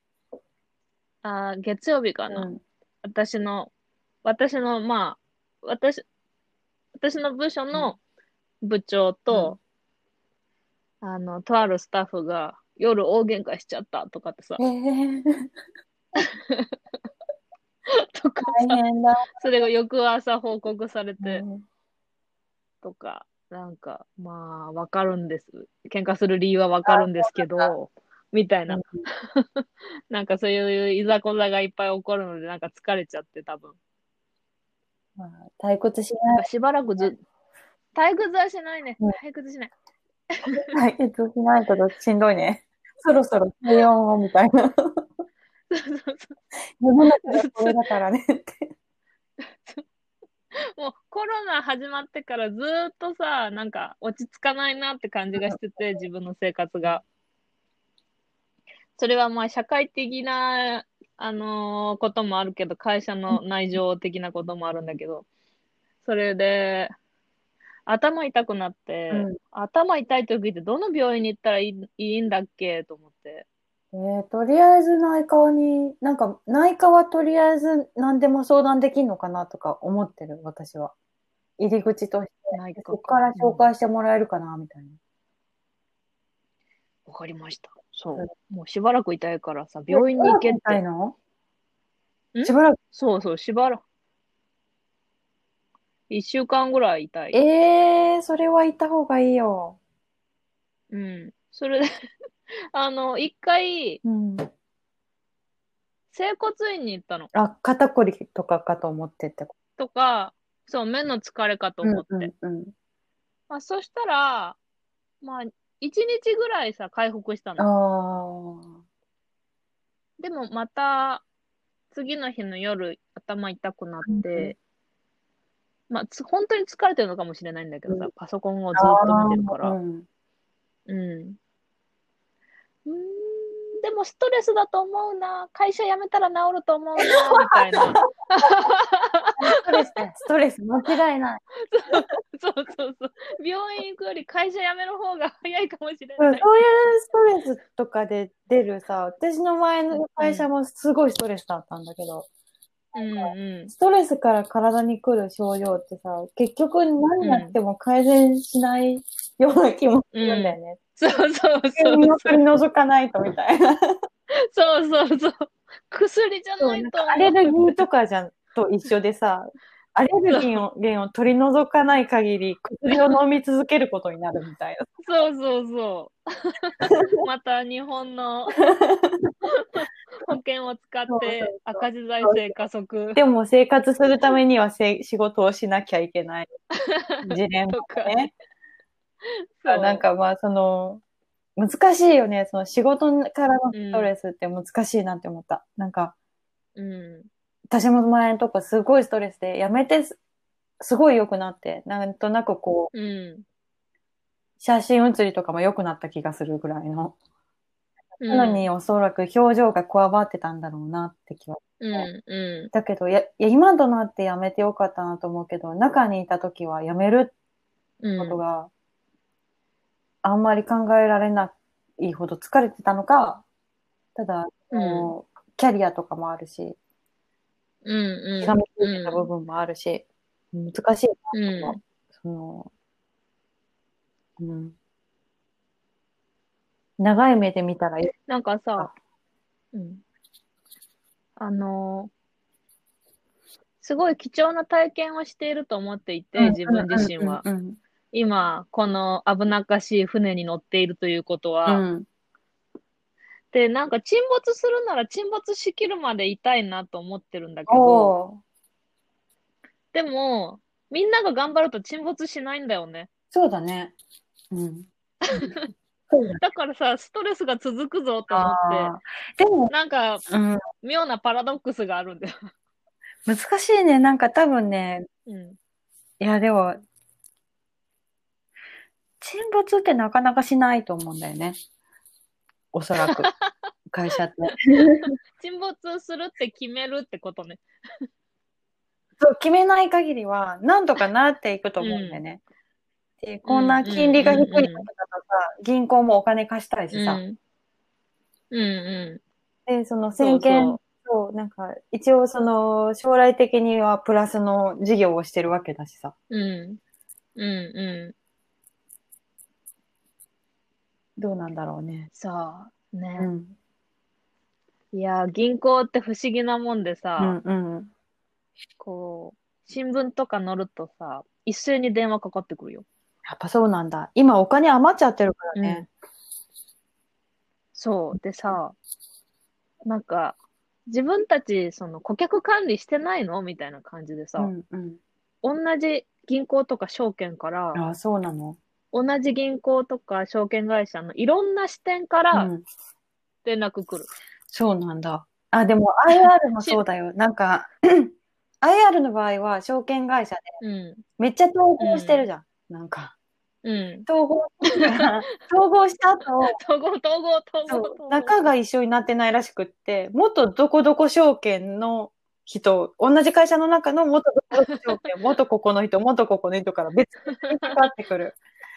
月曜日かな。 うん。 私の、私の、まあ、私の部署うん。 の部長うん。 と、とあるスタッフが夜大喧嘩しちゃったとかってさ、とか大さ、 変だ。 それが翌朝報告されて、 うん。 とか、なんか、まあ、わかるんです。喧嘩する理由はわかるんですけど、みたいな。 うん。 なんかそういういざこざがいっぱい起こるので、なんか疲れちゃって多分。 まあ、退屈しない。 なんかしばらく退屈はしないね。 うん。 退屈しない。 解決しないとしんどいね。そろそろ対応をみたいな。 そうそうそ世の中う。 がこれだからねって。 もうコロナ始まってからずーっとさ、なんか落ち着かないなって感じがしてて、自分の生活が。それはまあ社会的な、こともあるけど、会社の内情的なこともあるんだけど、それで、頭痛くなって、 うん。 頭痛い時ってどの病院に行ったらいいんだっけと思って。 とりあえず内科に、なんか内科はとりあえず何でも相談できるのかなとか思ってる、私は。入り口として。そこか内科か。 ら紹うん。 介してもらえるかなみたいな。 わかりました。 うん。 そう。もうしばらく痛いからさ、 しば病院に行らくけって。 痛いの？ んしばらく。 そうそう、しばらく。一週間ぐらい痛い。 それは行った方がいいよ。 うん。それで一回、 うん。 整骨院に行ったの。 肩こりとかかと思ってってことか、そう、目の疲れかとと？うんう思って。 んうん。 まあ、そしたら、まあ、一日ぐらいさ、回復したあの。 あ。 でもまた、次の日の夜、頭痛くなっうんて、まあ、本当に疲れてるのかもしれないんだけどさ、 うん。 パソコンをあずっと見てるあ、 から。 うん。 うん。でもストレスだと思うな。会社辞めたら治ると思うな、みたいな。 ストレスだよ、ストレス、間違いない。 そうそうそう。病院行くより会社辞める方が早いかもしれうん、 ない。 そういうストレスとかで出るさ、私の前の会社うん。 もすごいストレスだったんだけど、 うんうストレスから体に来る症状ってさ、結局ん。 何やってうん。 も改善しないような気もするんだうん。 よね。 そうそうそ原因を取りうそう。 除かないとみたいな。 そうそうそう。薬じゃそう、 ないなんかアと思うレルギーとって。 かと一緒でさ、アレルギーそう。 の原因を取り除かない限り、薬を飲み続けることになるみたいな。 そうそうそう。また日本の保険を使っそうそうてそう。 赤字財そう政加速でも生活するためには仕事をしなきゃいけないジレンマとかがね。 ね。そまあ難しいよね。その仕事からのう。 ストレうん。 スって難しいなって思った。 うん。 私も前のとこすごいストレスで、辞めてすごい良くなって、なんとなくこう、 うん。 写真写りとかも良くなった気がするぐらいの。 うなのにん。 おそらく表情がこわばってたんだろうなって気は。 うん。うん。 だけど、今となって辞めてよかったなと思うけど、中にいた時は辞めるうん。 ことがあんまり考えられないほど疲れてたのか、ただ、 うん。 キャリアとかもあるし、 うん。 しがみついてたうん。 部分もあるし、難しいなうと思う。 ん。 うん、長い目で見たらいいなんかさ、 か。 うん。あのすごい貴重な体験をしていると思っていて、自分自身は。今、この危なっかしい船に乗っているということは。で、なんか沈没するなら沈没しきるまでいたいなと思ってるんだけど、でも、みんなが頑張ると沈没しないんだよね。 そうだね。うん。 だからさ、ストレスが続くぞと思って、 でも、 なんか、妙なパラドックスがあるんだよ。 難しいね。なんか多分ね、いや、でも、沈没ってなかなかしないと思うんだよね。おそらく。会社って。 沈没するって決めるってことね。 そう、決めない限りは、なんとかなっていくと思うんだよね。で、こんな金利が低い時だとさ、銀行もお金貸したいしさ。で、その先見と、なんか、一応その、将来的にはプラスの事業をしてるわけだしさ。どうなんだろうね。 そうね。いや、銀行って不思議なもんでさ、こう、新聞とか載るとさ、一斉に電話かかってくるよ。 やっぱそうなんだ。今お金余っちゃってるからね。 そう。でさ、なんか、自分たち、その顧客管理してないのみたいな感じでさ、同じ銀行とか証券から、 あ、そうなの。 同じ銀行とか証券会社のいろんな視点から連絡来る。 そうなんだ。あ、でも IR もそうだよ。なんか、IR の場合は証券会社で、めっちゃ統合してるじゃん。なんか。統合した後、中が一緒になってないらしくって、元どこどこ証券の人、同じ会社の中の元どこどこ証券、元ここの人、元ここの人から別にかかってくる。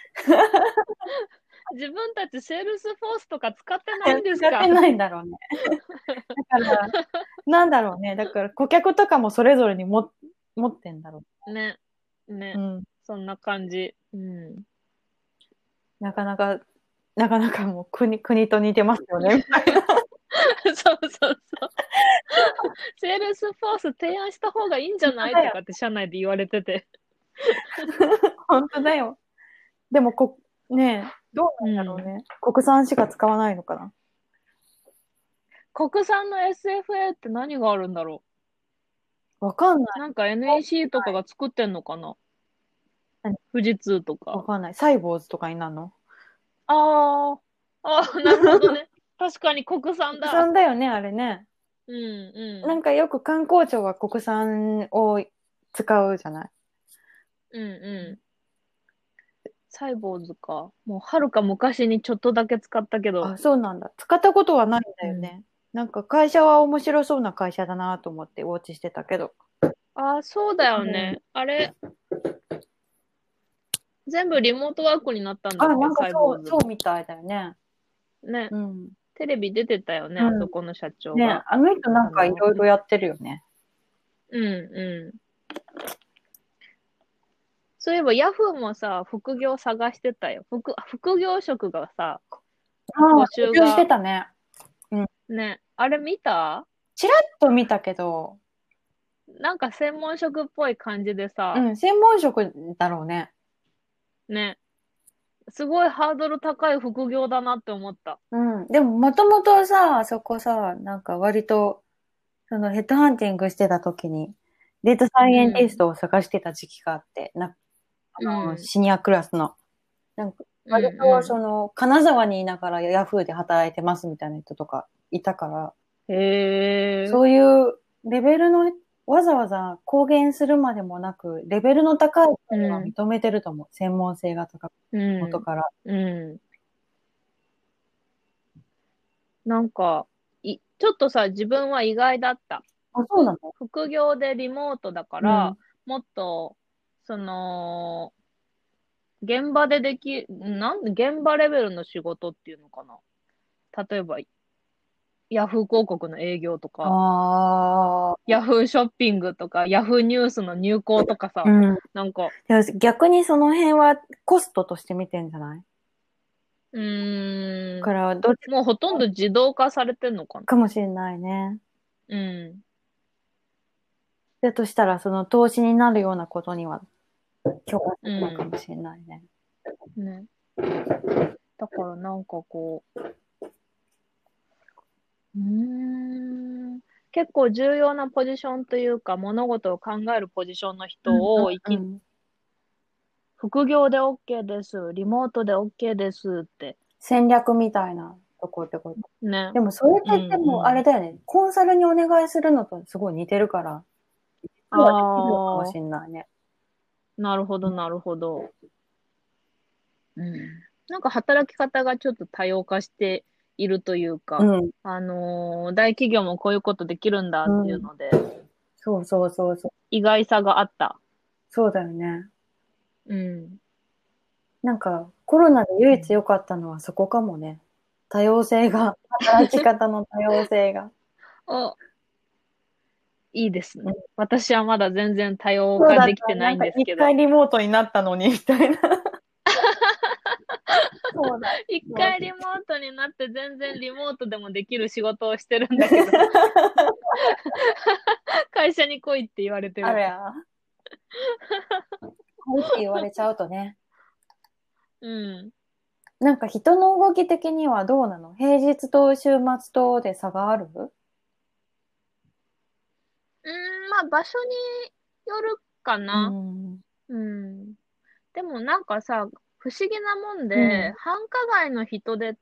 自分たちセールスフォースとか使ってないんですか？ 使ってないんだろうね。だから、なんだろうね。だから顧客とかもそれぞれに持ってんだろう。 ね。そんな感じ。 なかなかもう国と似てますよね。 そう。セールスフォース提案した方がいいんじゃないとかって社内で言われてて。 本当だよ。でもねえ、どうなんだろうね。国産しか使わないのかな。 国産の SFA って何があるんだろう。わかんない。 なんか NEC とかが作ってんのかな。富士通とか。 わかんない。サイボーズとかになるの？ ああ、なるほどね。確かに国産だ。 国産だよね、あれね。なんかよく観光庁は国産を使うじゃない。 サイボーズか。もうはるか昔にちょっとだけ使ったけど。 あ、そうなんだ。使ったことはないんだよね。なんか会社は面白そうな会社だなと思ってウォッチしてたけど。 あ、そうだよね。あれ、全部リモートワークになったんだっけ、 なんかサイボーズ。 そうみたいだよね。 ね。テレビ出てたよね、あそこの社長ね、 が。 あの人なんかいろいろやってるよね。 そういえば、ヤフーもさ、副業探してたよ。副業職がさ、 募集してたね。 ね。あれ見た？ チラッと見たけど。 なんか専門職っぽい感じでさ。 専門職だろうね。 ね。すごいハードル高い副業だなって思った。 でももともとさ、そこさ、なんか割と、そのヘッドハンティングしてた時に、データサイエンティストを探してた時期があって、シニアクラスの。なんか割とその、金沢にいながらヤフーで働いてますみたいな人とかいたから、そういうレベルの、わざわざ公言するまでもなく、レベルの高い人には認めてると思う。専門性が高く、元から。 なんか、ちょっとさ、自分は意外だった。 そうなの？ 副業でリモートだから、もっと、その、現場で現場レベルの仕事っていうのかな。例えば、ヤフー広告の営業とか、ヤフーショッピングとか、ヤフーニュースの入稿とかさ、なんか。 逆にその辺はコストとして見てんじゃない？ からもうほとんど自動化されてんのかな？ かもしれないね。 だとしたら、その投資になるようなことには許可するのかもしれないね。 ね。だからなんかこう、結構重要なポジションというか、物事を考えるポジションの人を副業で OK です、リモートで OK ですって。 戦略みたいなとこってこと。 ね。 でもそれってでもあれだよね、コンサルにお願いするのとすごい似てるから、実はできるのかもしれないね。 なるほど、なるほど。なんか働き方がちょっと多様化しているというか、大企業もこういうことできるんだっていうので、 そうそうそうそう。 意外さがあった。 そうだよね。なんかコロナで唯一良かったのはそこかもね。多様性が、働き方の多様性が。 いいですね。私はまだ全然多様化できてないんですけど。 一回リモートになったのに、みたいな。 そうだ。一回リモートになって全然リモートでもできる仕事をしてるんだけど。会社に来いって言われてる。 あれや。来いって言われちゃうとね。なんか人の動き的にはどうなの？平日と週末とで差がある？ まあ場所によるかな。でもなんかさ、不思議なもんで、繁華街の人手って、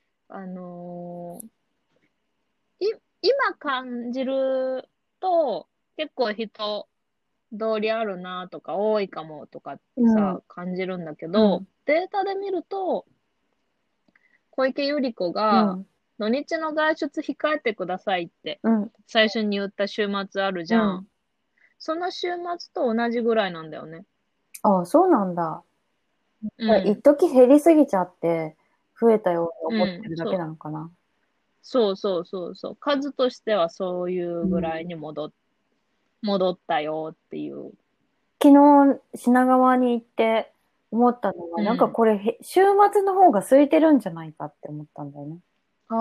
今感じると、結構人通りあるなとか多いかもとかさ、感じるんだけど、データで見ると、小池百合子が、土日の外出控えてくださいって、最初に言った週末あるじゃん。その週末と同じぐらいなんだよね。 ああ、そうなんだ。一時減りすぎちゃって、増えたように思ってるだけなのかな。 そう。数としてはそういうぐらいに戻ったよっていう。 昨日、品川に行って思ったのは、なんかこれ、週末の方が空いてるんじゃないかって思ったんだよね。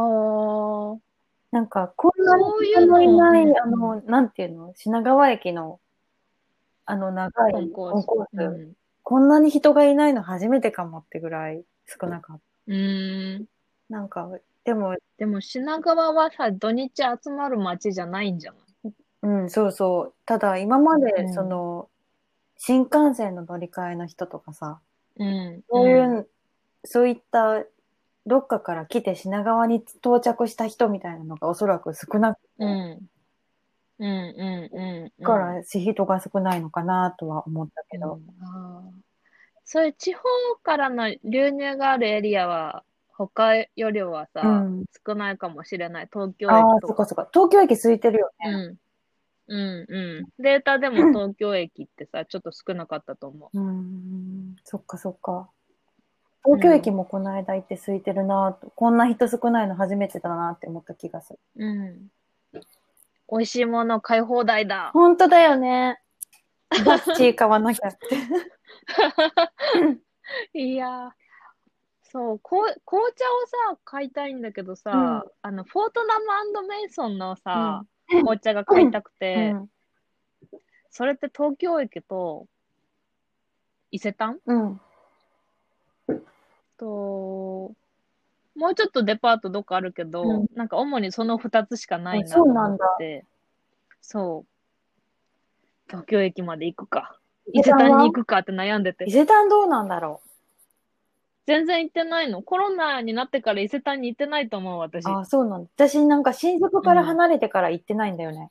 なんか、こんなに人のいない、なんていうの、品川駅の、長いコンコース、こんなに人がいないの初めてかもってぐらい少なかった。なんか、でも品川はさ、土日集まる街じゃないんじゃない？ そうそう。ただ、今まで、新幹線の乗り換えの人とかさ、そういった、どっかから来て品川に到着した人みたいなのがおそらく少なくて、だから人が少ないのかなとは思ったけど。 そういう地方からの流入があるエリアは、他よりはさ、少ないかもしれない。東京駅とか。 ああ、そっか。東京駅空いてるよね。 データでも東京駅ってさ、ちょっと少なかったと思う。 そっか。東京駅もこの間行って空いてるなと、こんな人少ないの初めてだなって思った気がする。 美味しいもの買い放題だ。 本当だよね。バスチー買わなきゃって。 いやそう、紅茶をさ、買いたいんだけどさ、フォートナム&メイソンのさ、紅茶が買いたくて、それって東京駅と伊勢丹と、もうちょっとデパートどっかあるけど、なんか主にその2つしかないなと思って、そう。東京駅まで行くか。伊勢丹に行くかって悩んでて。 伊勢丹どうなんだろう？ 全然行ってないの。コロナになってから伊勢丹に行ってないと思う、私。 あ、そうなんだ。私なんか新宿から離れてから行ってないんだよね。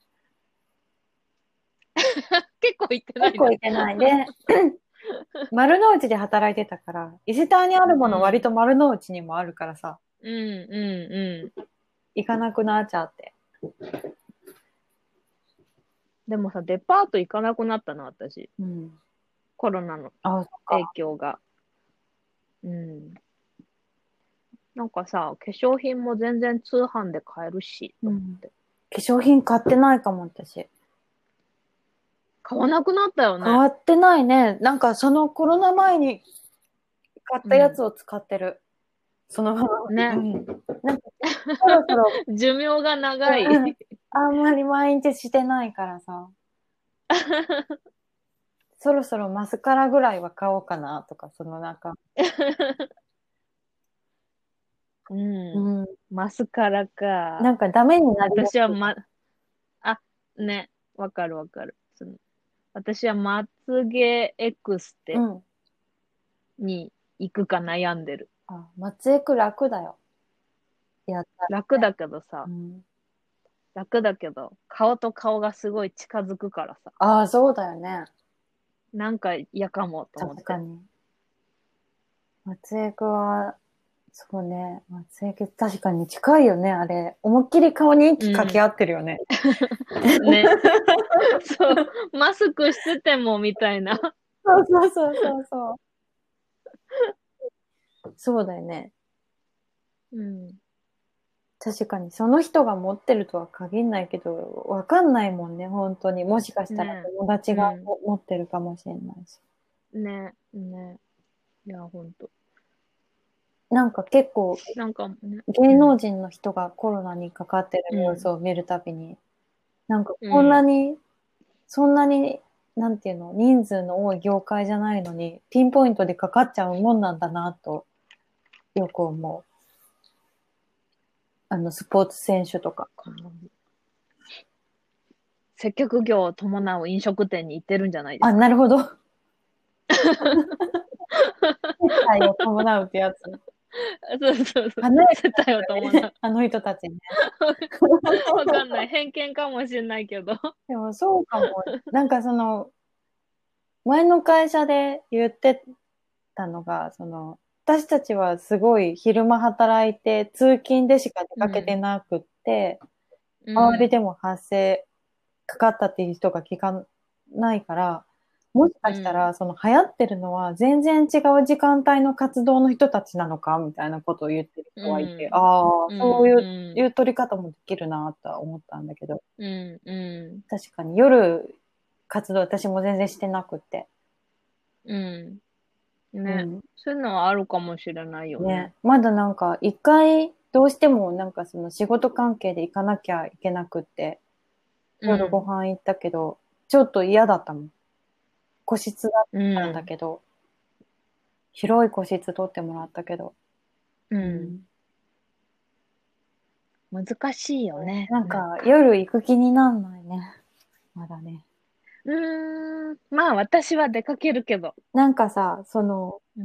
結構行ってない。 結構行ってないで、丸の内で働いてたから、伊勢丹にあるもの割と丸の内にもあるからさ。行かなくなっちゃって。 でもさ、デパート行かなくなったな、私。コロナの影響が。なんかさ、化粧品も全然通販で買えるし、と思って。 化粧品買ってないかも、私。 買わなくなったよね。 買ってないね。なんかそのコロナ前に買ったやつを使ってる。そのまま。 ね。なんかそろそろ寿命が長い。 あんまり毎日してないからさ。そろそろマスカラぐらいは買おうかなとか、そのなんか。 うん。マスカラか。 なんかダメになりやすい。 私はあ、ね、わかるわかる。私はまつげエクステうん。 に行くか悩んでる。 あ、松江区楽だよ。やった楽だけどさ、 ら。うん。 楽だけど、顔と顔がすごい近づくからさ、 ああ、そうだよね。 なんか嫌かもと思って。 確かに。松江区は、そうね。松江区、確かに近いよね、あれ。思いっきり顔に息かけ合ってるよね。 ね。そう、マスクしててもみたいな。 そうそうそうそうそう。そうだよね。 うん。 確かに、その人が持ってるとは限らないけど、わかんないもんね、本当に。もしかしたらね。 友達がうん。 持ってるかもしれないし。 ね。ね。いや、ほんと。 なんか結構、 なんかね。 芸能人の人がコロナにかかってるうん。 様子を見るたびに、なんかこんなうん。 に、そんなに、なんていうの、人数の多い業界じゃないのに、ピンポイントでかかっちゃうもんなんだなと、よく思う。スポーツ選手とか。 この接客業を伴う飲食店に行ってるんじゃないであ、 すか。 なるほど。接待を伴うってやつ。 そうそうそう。 離れ接待を伴う。 あの人たちね。 わかんない。偏見かもしれないけど。 でもそうかも。なんか前の会社で言ってたのが、私たちはすごい昼間働いて、通勤でしか出かけてうん。 なくって、 うん。 周りでもかかったっていう人が聞かないから、もしうん。 かしたら、流行ってるのは全然違う時間帯の活動の人たちなのかみたいなことを言ってるう人はいて、 ん。 ああ、 うん。 そういう、 うん。 いう取り方もできるなとは思ったんだけど、 うん。うん。 確かに夜活動私も全然してなくって。 うん。ね。 うん。 そういうのはあるかもしれないよね。 ね。まだなんか一回どうしてもなんかその仕事関係で行かなきゃいけなくって、夜ごうん。 飯行ったけど、ちょっと嫌だったもん。個室だっうたんだん。 けど、広い個室取ってもらったけど、 うん。 うん。 難しいよね。 なんかなんか。 夜行く気になんないね。まだね。 まあ私は出かけるけど。 なんかさ、 うん。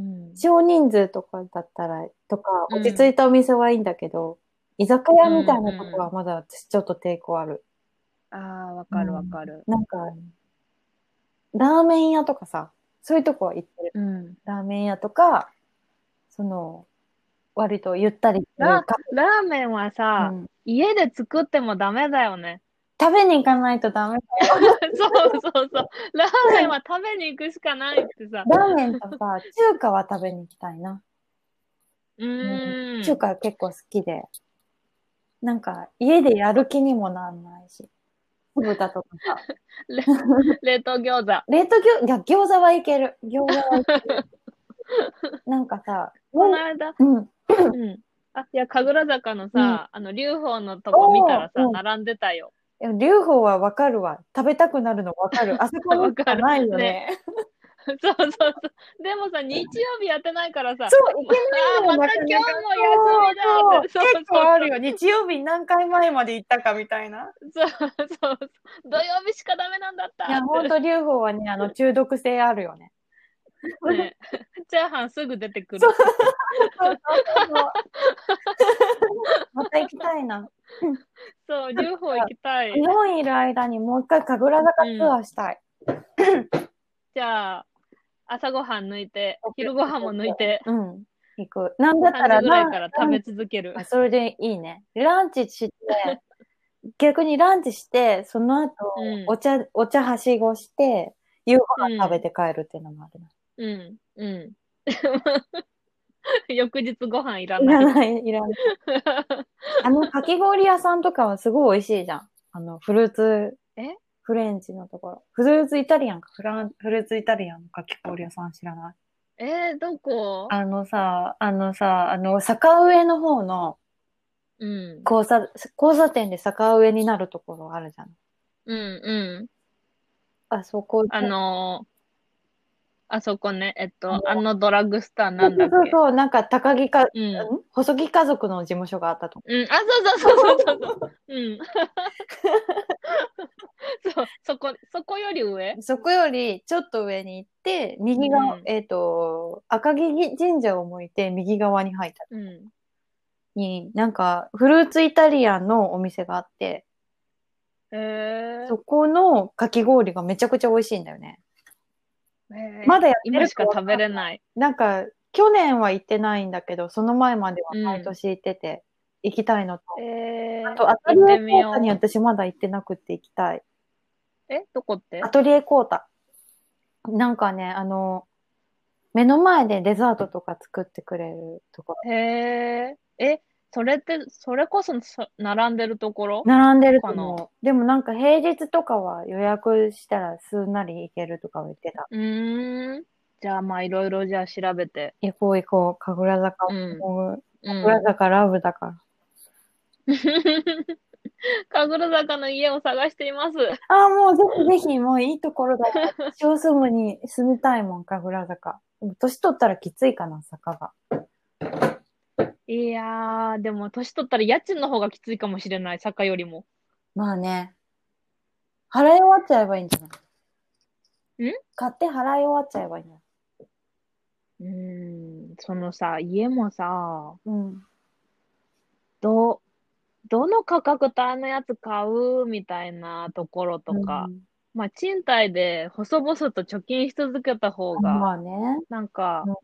少人数とかだったら、とか、落ち着うん。 いたお店はいいんだけど、居酒屋みたうん。 いなとこうん。 はまだ私ちょっと抵抗ある。 ああ、わかるわうん。 かる。 なんか、ラーメン屋とかさ、そういうとこは行ってる。 うん。 ラーメン屋とか、その、割とゆったりするカフラーメンはェ。うさ、 ん。 家で作ってもダメだよね。 食べに行かないとダメだよ。 そうそうそう。ラーメンは食べに行くしかないってさ。 ラーメンとさ、中華は食べに行きたいな。 ううん。 ーん。 中華結構好きで。なんか、家でやる気にもなんないし。酢豚とかさ。 れ冷凍餃子。 餃子はいける。餃子はいける。なんかさ、 この間、 うん。 うん。あ、いや、神楽坂のうん。 さ、留保のとこ見たおー、 らさ、 うん。 並んでたよ。 いや劉邦はわかるわ。食べたくなるのわかる。あそこにしわかる。 かないよね。 ね。 そうそうそう。でもさ、日曜日やってないからさ、 そう、いけないのよ、 また今なかなか。 日も休そう、 みだそう。 って、そう結そうそう。 構あるよ。日曜日に何回前まで行ったかみたいな。 そうそうそう。土曜日しかダメなんだっいや、 たって。 ほんと、劉邦はね、中毒性あるよね。 ね。チャーハンすぐ出てくそうるし。 そうそうそう。また行きたいな。うん。 そう、両方行きたい。 日本いる間にもう一回神楽坂ツアうん。 ーしたい。 じゃあ、朝ごはん抜いて、昼ごはんも抜いて、 うん。行く。なんだった 3時らぐらいから食べ続ける。 あ、それでいいね。ランチして、逆にランチして、その後、 うん。 お茶はしごして、夕ごう飯食べん。 て帰るっていうのもあるな。 うん。うん。翌日ご飯いらいない。 らない、いらない。かき氷屋さんとかはすごい美味しいじゃん。フルーツ、 えフレンチのところ。フルーツイタリアンか、フルーツイタリアンのかき氷屋さん知らない？ どこ？ 坂上の方の、 うん。 交差点で坂上になるところあるじゃん。 うん、うん。 あそこで、 あのーあそこね、 あの、 ドラッグストアそうなんだっけ？ そうそうそう、なんかうん。 細木家族の事務所があったと。 うん。あ、そうそうそうそうそうそう。うん。そう、そこより上。 そこよりちょっと上に行って、右側、 うん。 赤城神社を向いて右側に入ったうん。 に、なんかフルーツイタリアンのお店があって、 へえ。 そこのかき氷がめちゃくちゃ美味しいんだよね。 へえ。 まだやってるかわ今しか食べかんない。 れない。 なんか、去年は行ってないんだけど、その前まではうん。 毎年行ってて、行きたいのと。あと、アトリエ行ってみコータによ私まだ行ってなくって行きたい。 う。どこって？ アトリエコータ。なんかね、目の前でデザートとか作ってくれるところ。 へえ。それって、それこそ並んでるところ並んでるとかな？ 思う。でもなんか平日とかは予約したらすんなり行けるとか言ってた。 うーん。じゃあ、まあ、いろいろじゃあ調べて。 行こう行こう。神楽坂。 うん。 もうう神楽ん。 坂ラブだから。 神楽坂の家を探しています。 ああ、もうぜひぜひ、もういいところだよ。少数部に住みたいもん、神楽坂。でも年取ったらきついかな、坂が。 いやー、でも、年取ったら家賃の方がきついかもしれない、坂よりも。 まあね。払い終わっちゃえばいいんじゃない？ ん買って払い終わっちゃえばいいんじゃない？ そのさ、家もさ、 うん。 ど、どの価格帯のやつ買うみたいなところとか、 うん。 まあ、賃貸で細々と貯金し続けた方が、 まあね。 なんか、 うん、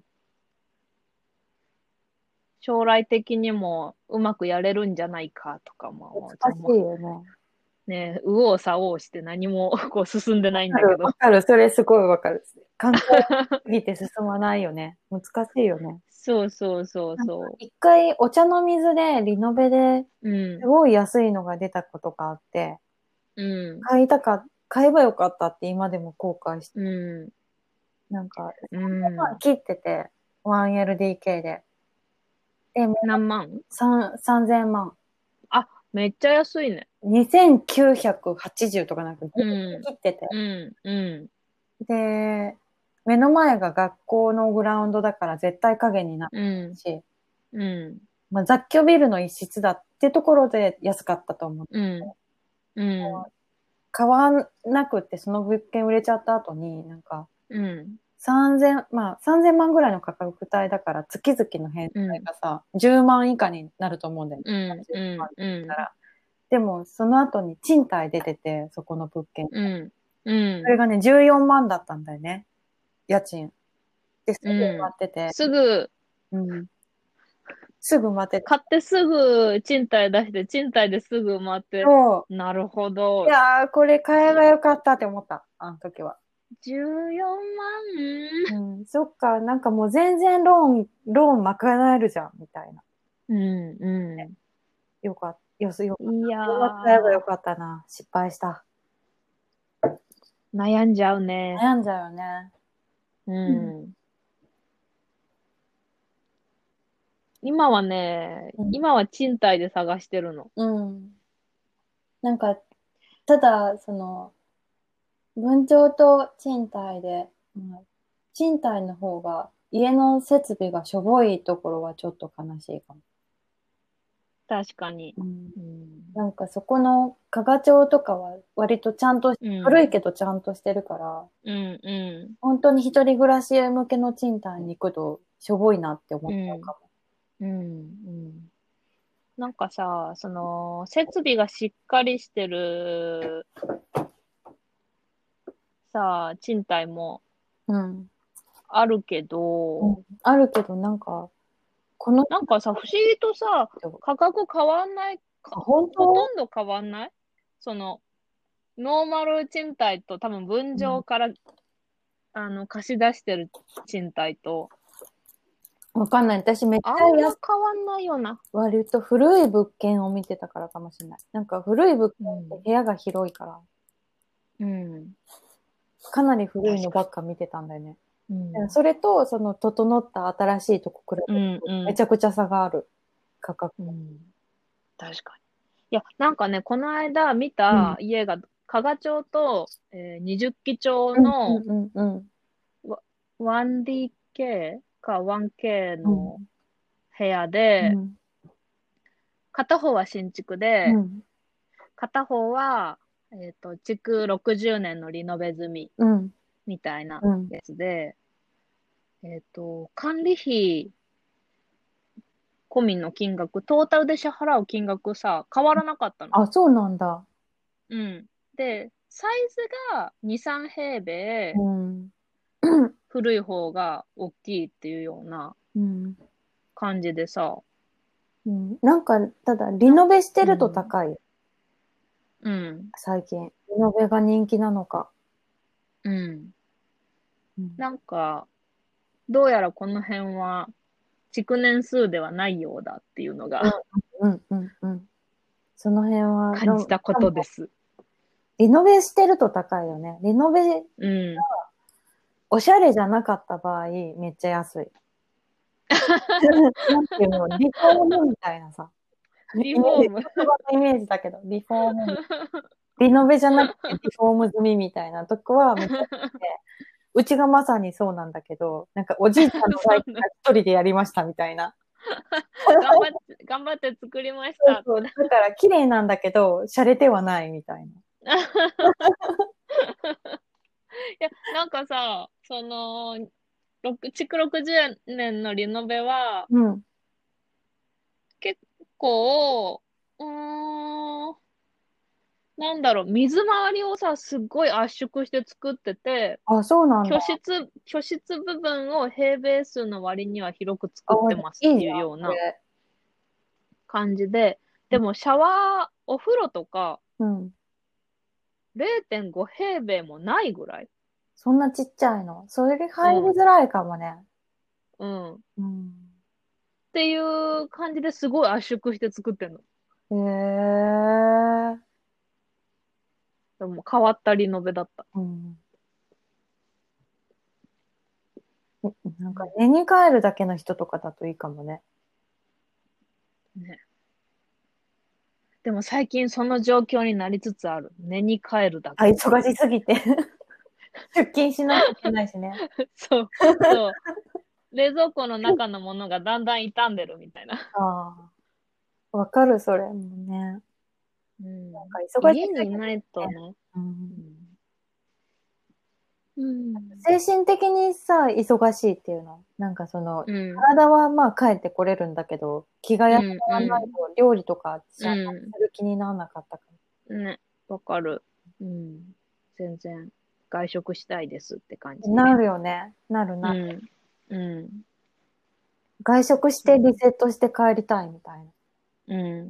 将来的にもうまくやれるんじゃないかとかも、 難しいよね。 ね、右往左往して何もこう進んでないんわかる、 だけど。 わかる。それすごいわかる。考えすぎて進まないよね。難しいよね。 そうそうそうなんかそ一回お茶の水でリノベでう。うん、 すごい安いのが出たことがあって、 うん、 買えばよかったって今でも後悔して、 うん、 なんかう 3万ん。 切ってて、1LDK で。で、もう何万？ 3000万。 あ、めっちゃ安いね。 2980とかなんかギうリギリん、 切ってて。 うん、うん、 で、目の前が学校のグラウンドだから絶対影になるうん、 し、 うん、 まあ、雑居ビルの一室だってところで安かったと思う。 うん、うん、 買わなくってその物件売れちゃった後に、なんかうん、 3000万ぐらいの価格帯だから月々の返済うん、 がさ、10万以下になると思うんだよね。 うん、 30 うん、 万だっうん、 たら。でも、その後に賃貸出てて、そこの物件。 うん、うん、 それがね、14万だったんだよね。家賃。で、すうぐ埋まん。 ってて。 すぐ、 うん。すぐ埋まってて。 買ってすぐ賃貸出して、賃貸ですぐ埋まって、 そなるほう。いど。 やー、これ買えばよかったって思った。あの時は。 14万。 うん。そっか、なんかもう全然ローン賄えるじゃん、みたいな。 うん、うよかった。よかっん。いた。 やこれは買えばよー、 かったな。失敗した。 悩んじゃうね。 悩んじゃうよね。 ううん。 ん。今はね、 うん。 今は賃貸で探してるの。 うん。なんか、ただ、分譲と賃貸で、賃貸の方が、家の設備がしょぼいところはちょっと悲しいかも。 確かに。 うん。 うん。 なんかそこの加賀町とかは割とちゃんと、 うん。 古いけどちゃんとしてるから、 うん。う本当に一人暮らし向けの賃貸に行くとしょぼいなって思っん。 ちゃうかうん。うん。なんかさ、設備がしっかりしてる、さ、賃貸もも。うん。 あるけうん。 ど、 あるけど、なんか、このなんかさ、不思議とさ、 人、 価格変わんないあ、本ほと当？ んど変わんない？その、ノーマル賃貸と多分分うん。 譲から、貸し出してる賃貸と、 わかんない。私めっちあんゃま変わんないよな。 割と古い物件を見てたからかもしれない。なんか古い物件ってうん。 部屋が広いから、 うん。 かなり古いの確かばっか見てたんだよね。 に。うん。 それと、その整った新しいとこ比べるうん、 と、 うん、 めちゃくちゃ差がある価格。 うん。 確かに。いや、なんかね、この間見た家が、加賀町と、二十木町の、1DK か 1K の部屋で、片方は新築で、片方は、築60年のリノベ済み、みたいなやつで、管理費込みの金額、トータルで支払う金額さ、変わらなかったの。 あ、そうなんだ。 うん。で、サイズが2、3平米、古い方が大きいっていうような感じでさ。 なんか、ただ、リノベしてると高い。最近。リノベが人気なのか。 なんか、どうやらこの辺は、築年数ではないようだっていうのが、 その辺は。 感じたことです。 リノベしてると高いよね。リノベがおしゃれじゃなかった場合、めっちゃ安い。なんていうの、リフォームみたいなさ。 リフォーム。 言葉のイメージだけど、リフォーム。リノベじゃなくてリフォーム済みみたいなとこはめっちゃうちがまさにそうなんだけど、なんかおじいちゃんのライフが一人でやりましたみたいな。 頑張って作りました。 そうだから綺麗なんだけど、洒落てはないみたいな。いや、なんかさ、築60年のリノベは、結構、なんだろう、水回りをさ、すっごい圧縮して作ってて、 あ、そうなんだ。 居室部分を平米数の割には広く作ってますっていうような感じで、でもシャワー、お風呂とか、0.5 平米もないぐらい。 そんなちっちゃいの？それで入りづらいかもね。 っていう感じですごい圧縮して作ってんの。でも変わったリノベだった。 なんか寝に帰るだけの人とかだといいかもね。 ね。でも最近その状況になりつつある。寝に帰るだけ。 あ、忙しすぎて。出勤しなきゃいけないしね。 そう。冷蔵庫の中のものがだんだん傷んでるみたいな。 ああ。わかる、それもね。 なんか忙し家にいないとね。 精神的にさ、忙しいっていうの。なんか体はまあ帰ってこれるんだけど、気が休まらないと料理とかする気にならなかったかも。ね、わかる。全然外食したいですって感じ。 なるよね。なる。外食してリセットして帰りたいみたいな。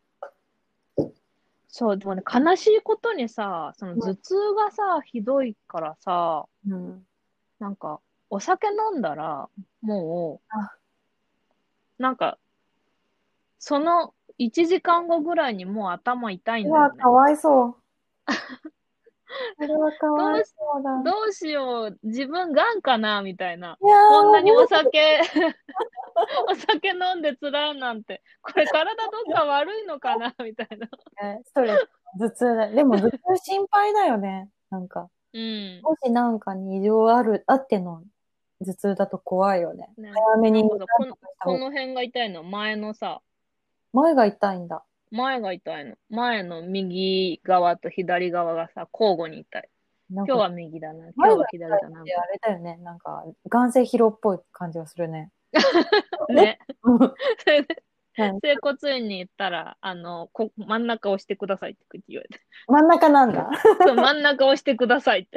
そう、でもね、悲しいことにさ、その頭痛がさ、ひどいからさ、なんか、お酒飲んだら、もう、なんか、その1時間後ぐらいにもう頭痛いんだよね。 かわいそう。それはかわいそうだ。 どうしよう、自分がんかなみたいな。こんなにお酒飲んで辛いなんて、これ体どっか悪いのかなみたいな。 ストレス、頭痛だ。でも頭痛心配だよね。なんか。もしなんかに異常あっての頭痛だと怖いよね。早めに。 この辺が痛いの、前のさ。 前が痛いんだ。 前が痛いの。前の右側と左側がさ、交互に痛い。今日は右だな。今日は左だな。 あれだよね。なんか、眼性疲労っぽい感じがするね。 ね。整骨院に行ったら、真ん中押してくださいって言われて。 真ん中なんだ。 そう、真ん中押してくださいって。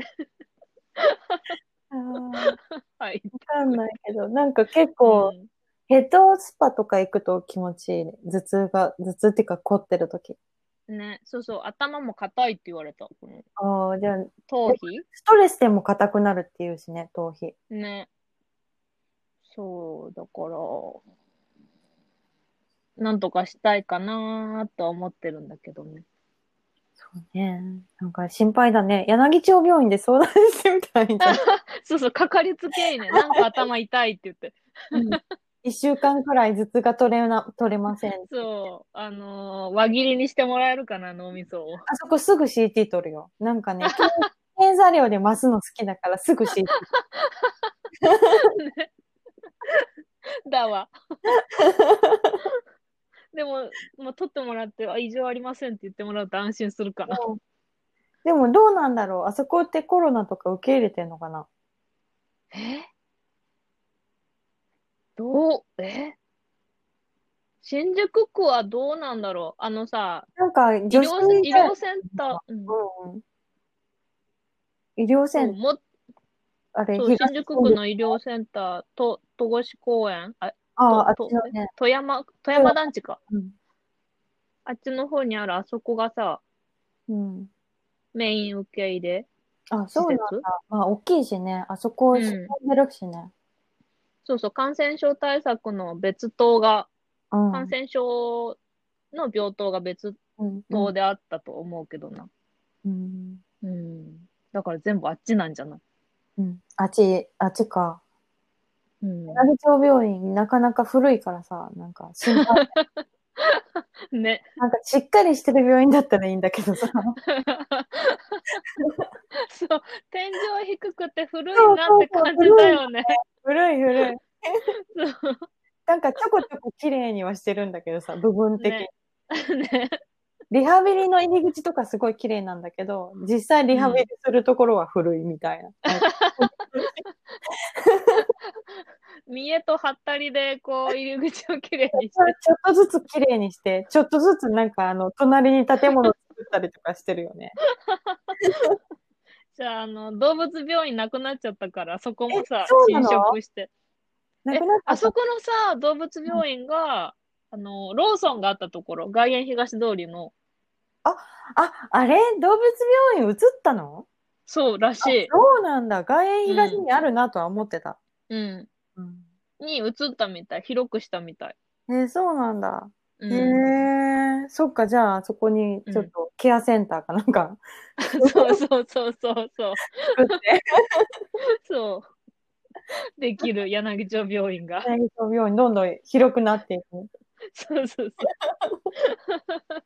はい。わかんないけど、なんか結構、ヘッドスパとか行くと気持ちいいね。頭痛っていうか凝ってる時。 ね、そうそう、頭も硬いって言われた。 ああ、じゃあ、 頭皮ストレスでも硬くなるっていうしね、頭皮。 ね。そう、だから、なんとかしたいかなとは思ってるんだけどね。 そうね。なんか心配だね。柳町病院で相談してみたいんじゃん。 そうそう、かかりつけ医ね。なんか頭痛いって言って。 一週間くらい頭痛が取れません。 そう、輪切りにしてもらえるかな、脳みそを。 あそこすぐ CT 取るよ。なんかね、検査料で増すの好きだからすぐ CT。 ね、だわ。でも、取ってもらって、異常ありませんって言ってもらうと安心するかな。 でもどうなんだろう、あそこってコロナとか受け入れてんのかな。 えどう、新宿区はどうなんだろう。 なんか、女子医療センター、 うん。医療セそう、 ンター、あれ、 そう、新宿区の医療センターと、戸越公園、 あっちのね。 富山団地か。 うん。 あっちの方にあるあそこがさ、 うん。 メイン受け入れあ、そうなん施設。 だ。まあ、大きいしね。あそこ、進うん。 んでるしね。 そうそう、感染症対策の別棟が、 うん。うん。 感染症の病棟が別うん。 棟であったと思うけどな。 うん。 うん。だから全部あっちなんじゃない？ うん。あっちか。 うん。 柳町病院、なかなか古いからさ、なんか心配。 ね。 なんかしっかりしてる病院だったらいいんだけどさ。 そう、天井低くて古いそうなってそうそう、 感じだよね。 古い古い。 そう。 なんかちょこちょこ綺麗にはしてるんだけどさ、部分的に。 ね。ね。 リハビリの入り口とかすごい綺麗なんだけど、実際リハビリするところは古いみたいな。 見栄とはったりで、こう、入り口をきれいにして。 ちょっとずつ綺麗にして、ちょっとずつなんか隣に建物作ったりとかしてるよね。 じゃあ、動物病院なくなっちゃったから、そこもさ、侵そうなの？ 食して。 なくなっちゃあった。 そこのさ、動物病院が、ローソンがあったところ、外苑東通りの、 あ、あれ動物病院移ったの？ そうらしい。 そうなんだ。外苑東うん。 にあるなとは思ってた。 うん。 うん。 に移ったみたい。広くしたみたい。 そうなんだ。 うへん。 え、そっか、じゃあ、そこにうん。 ちょっとケアセンターかなんかそうそうそうそうそう。 作って、 そう。できる柳町病院が。 内臓病院どんどん広くなっていく。 そうそうそう。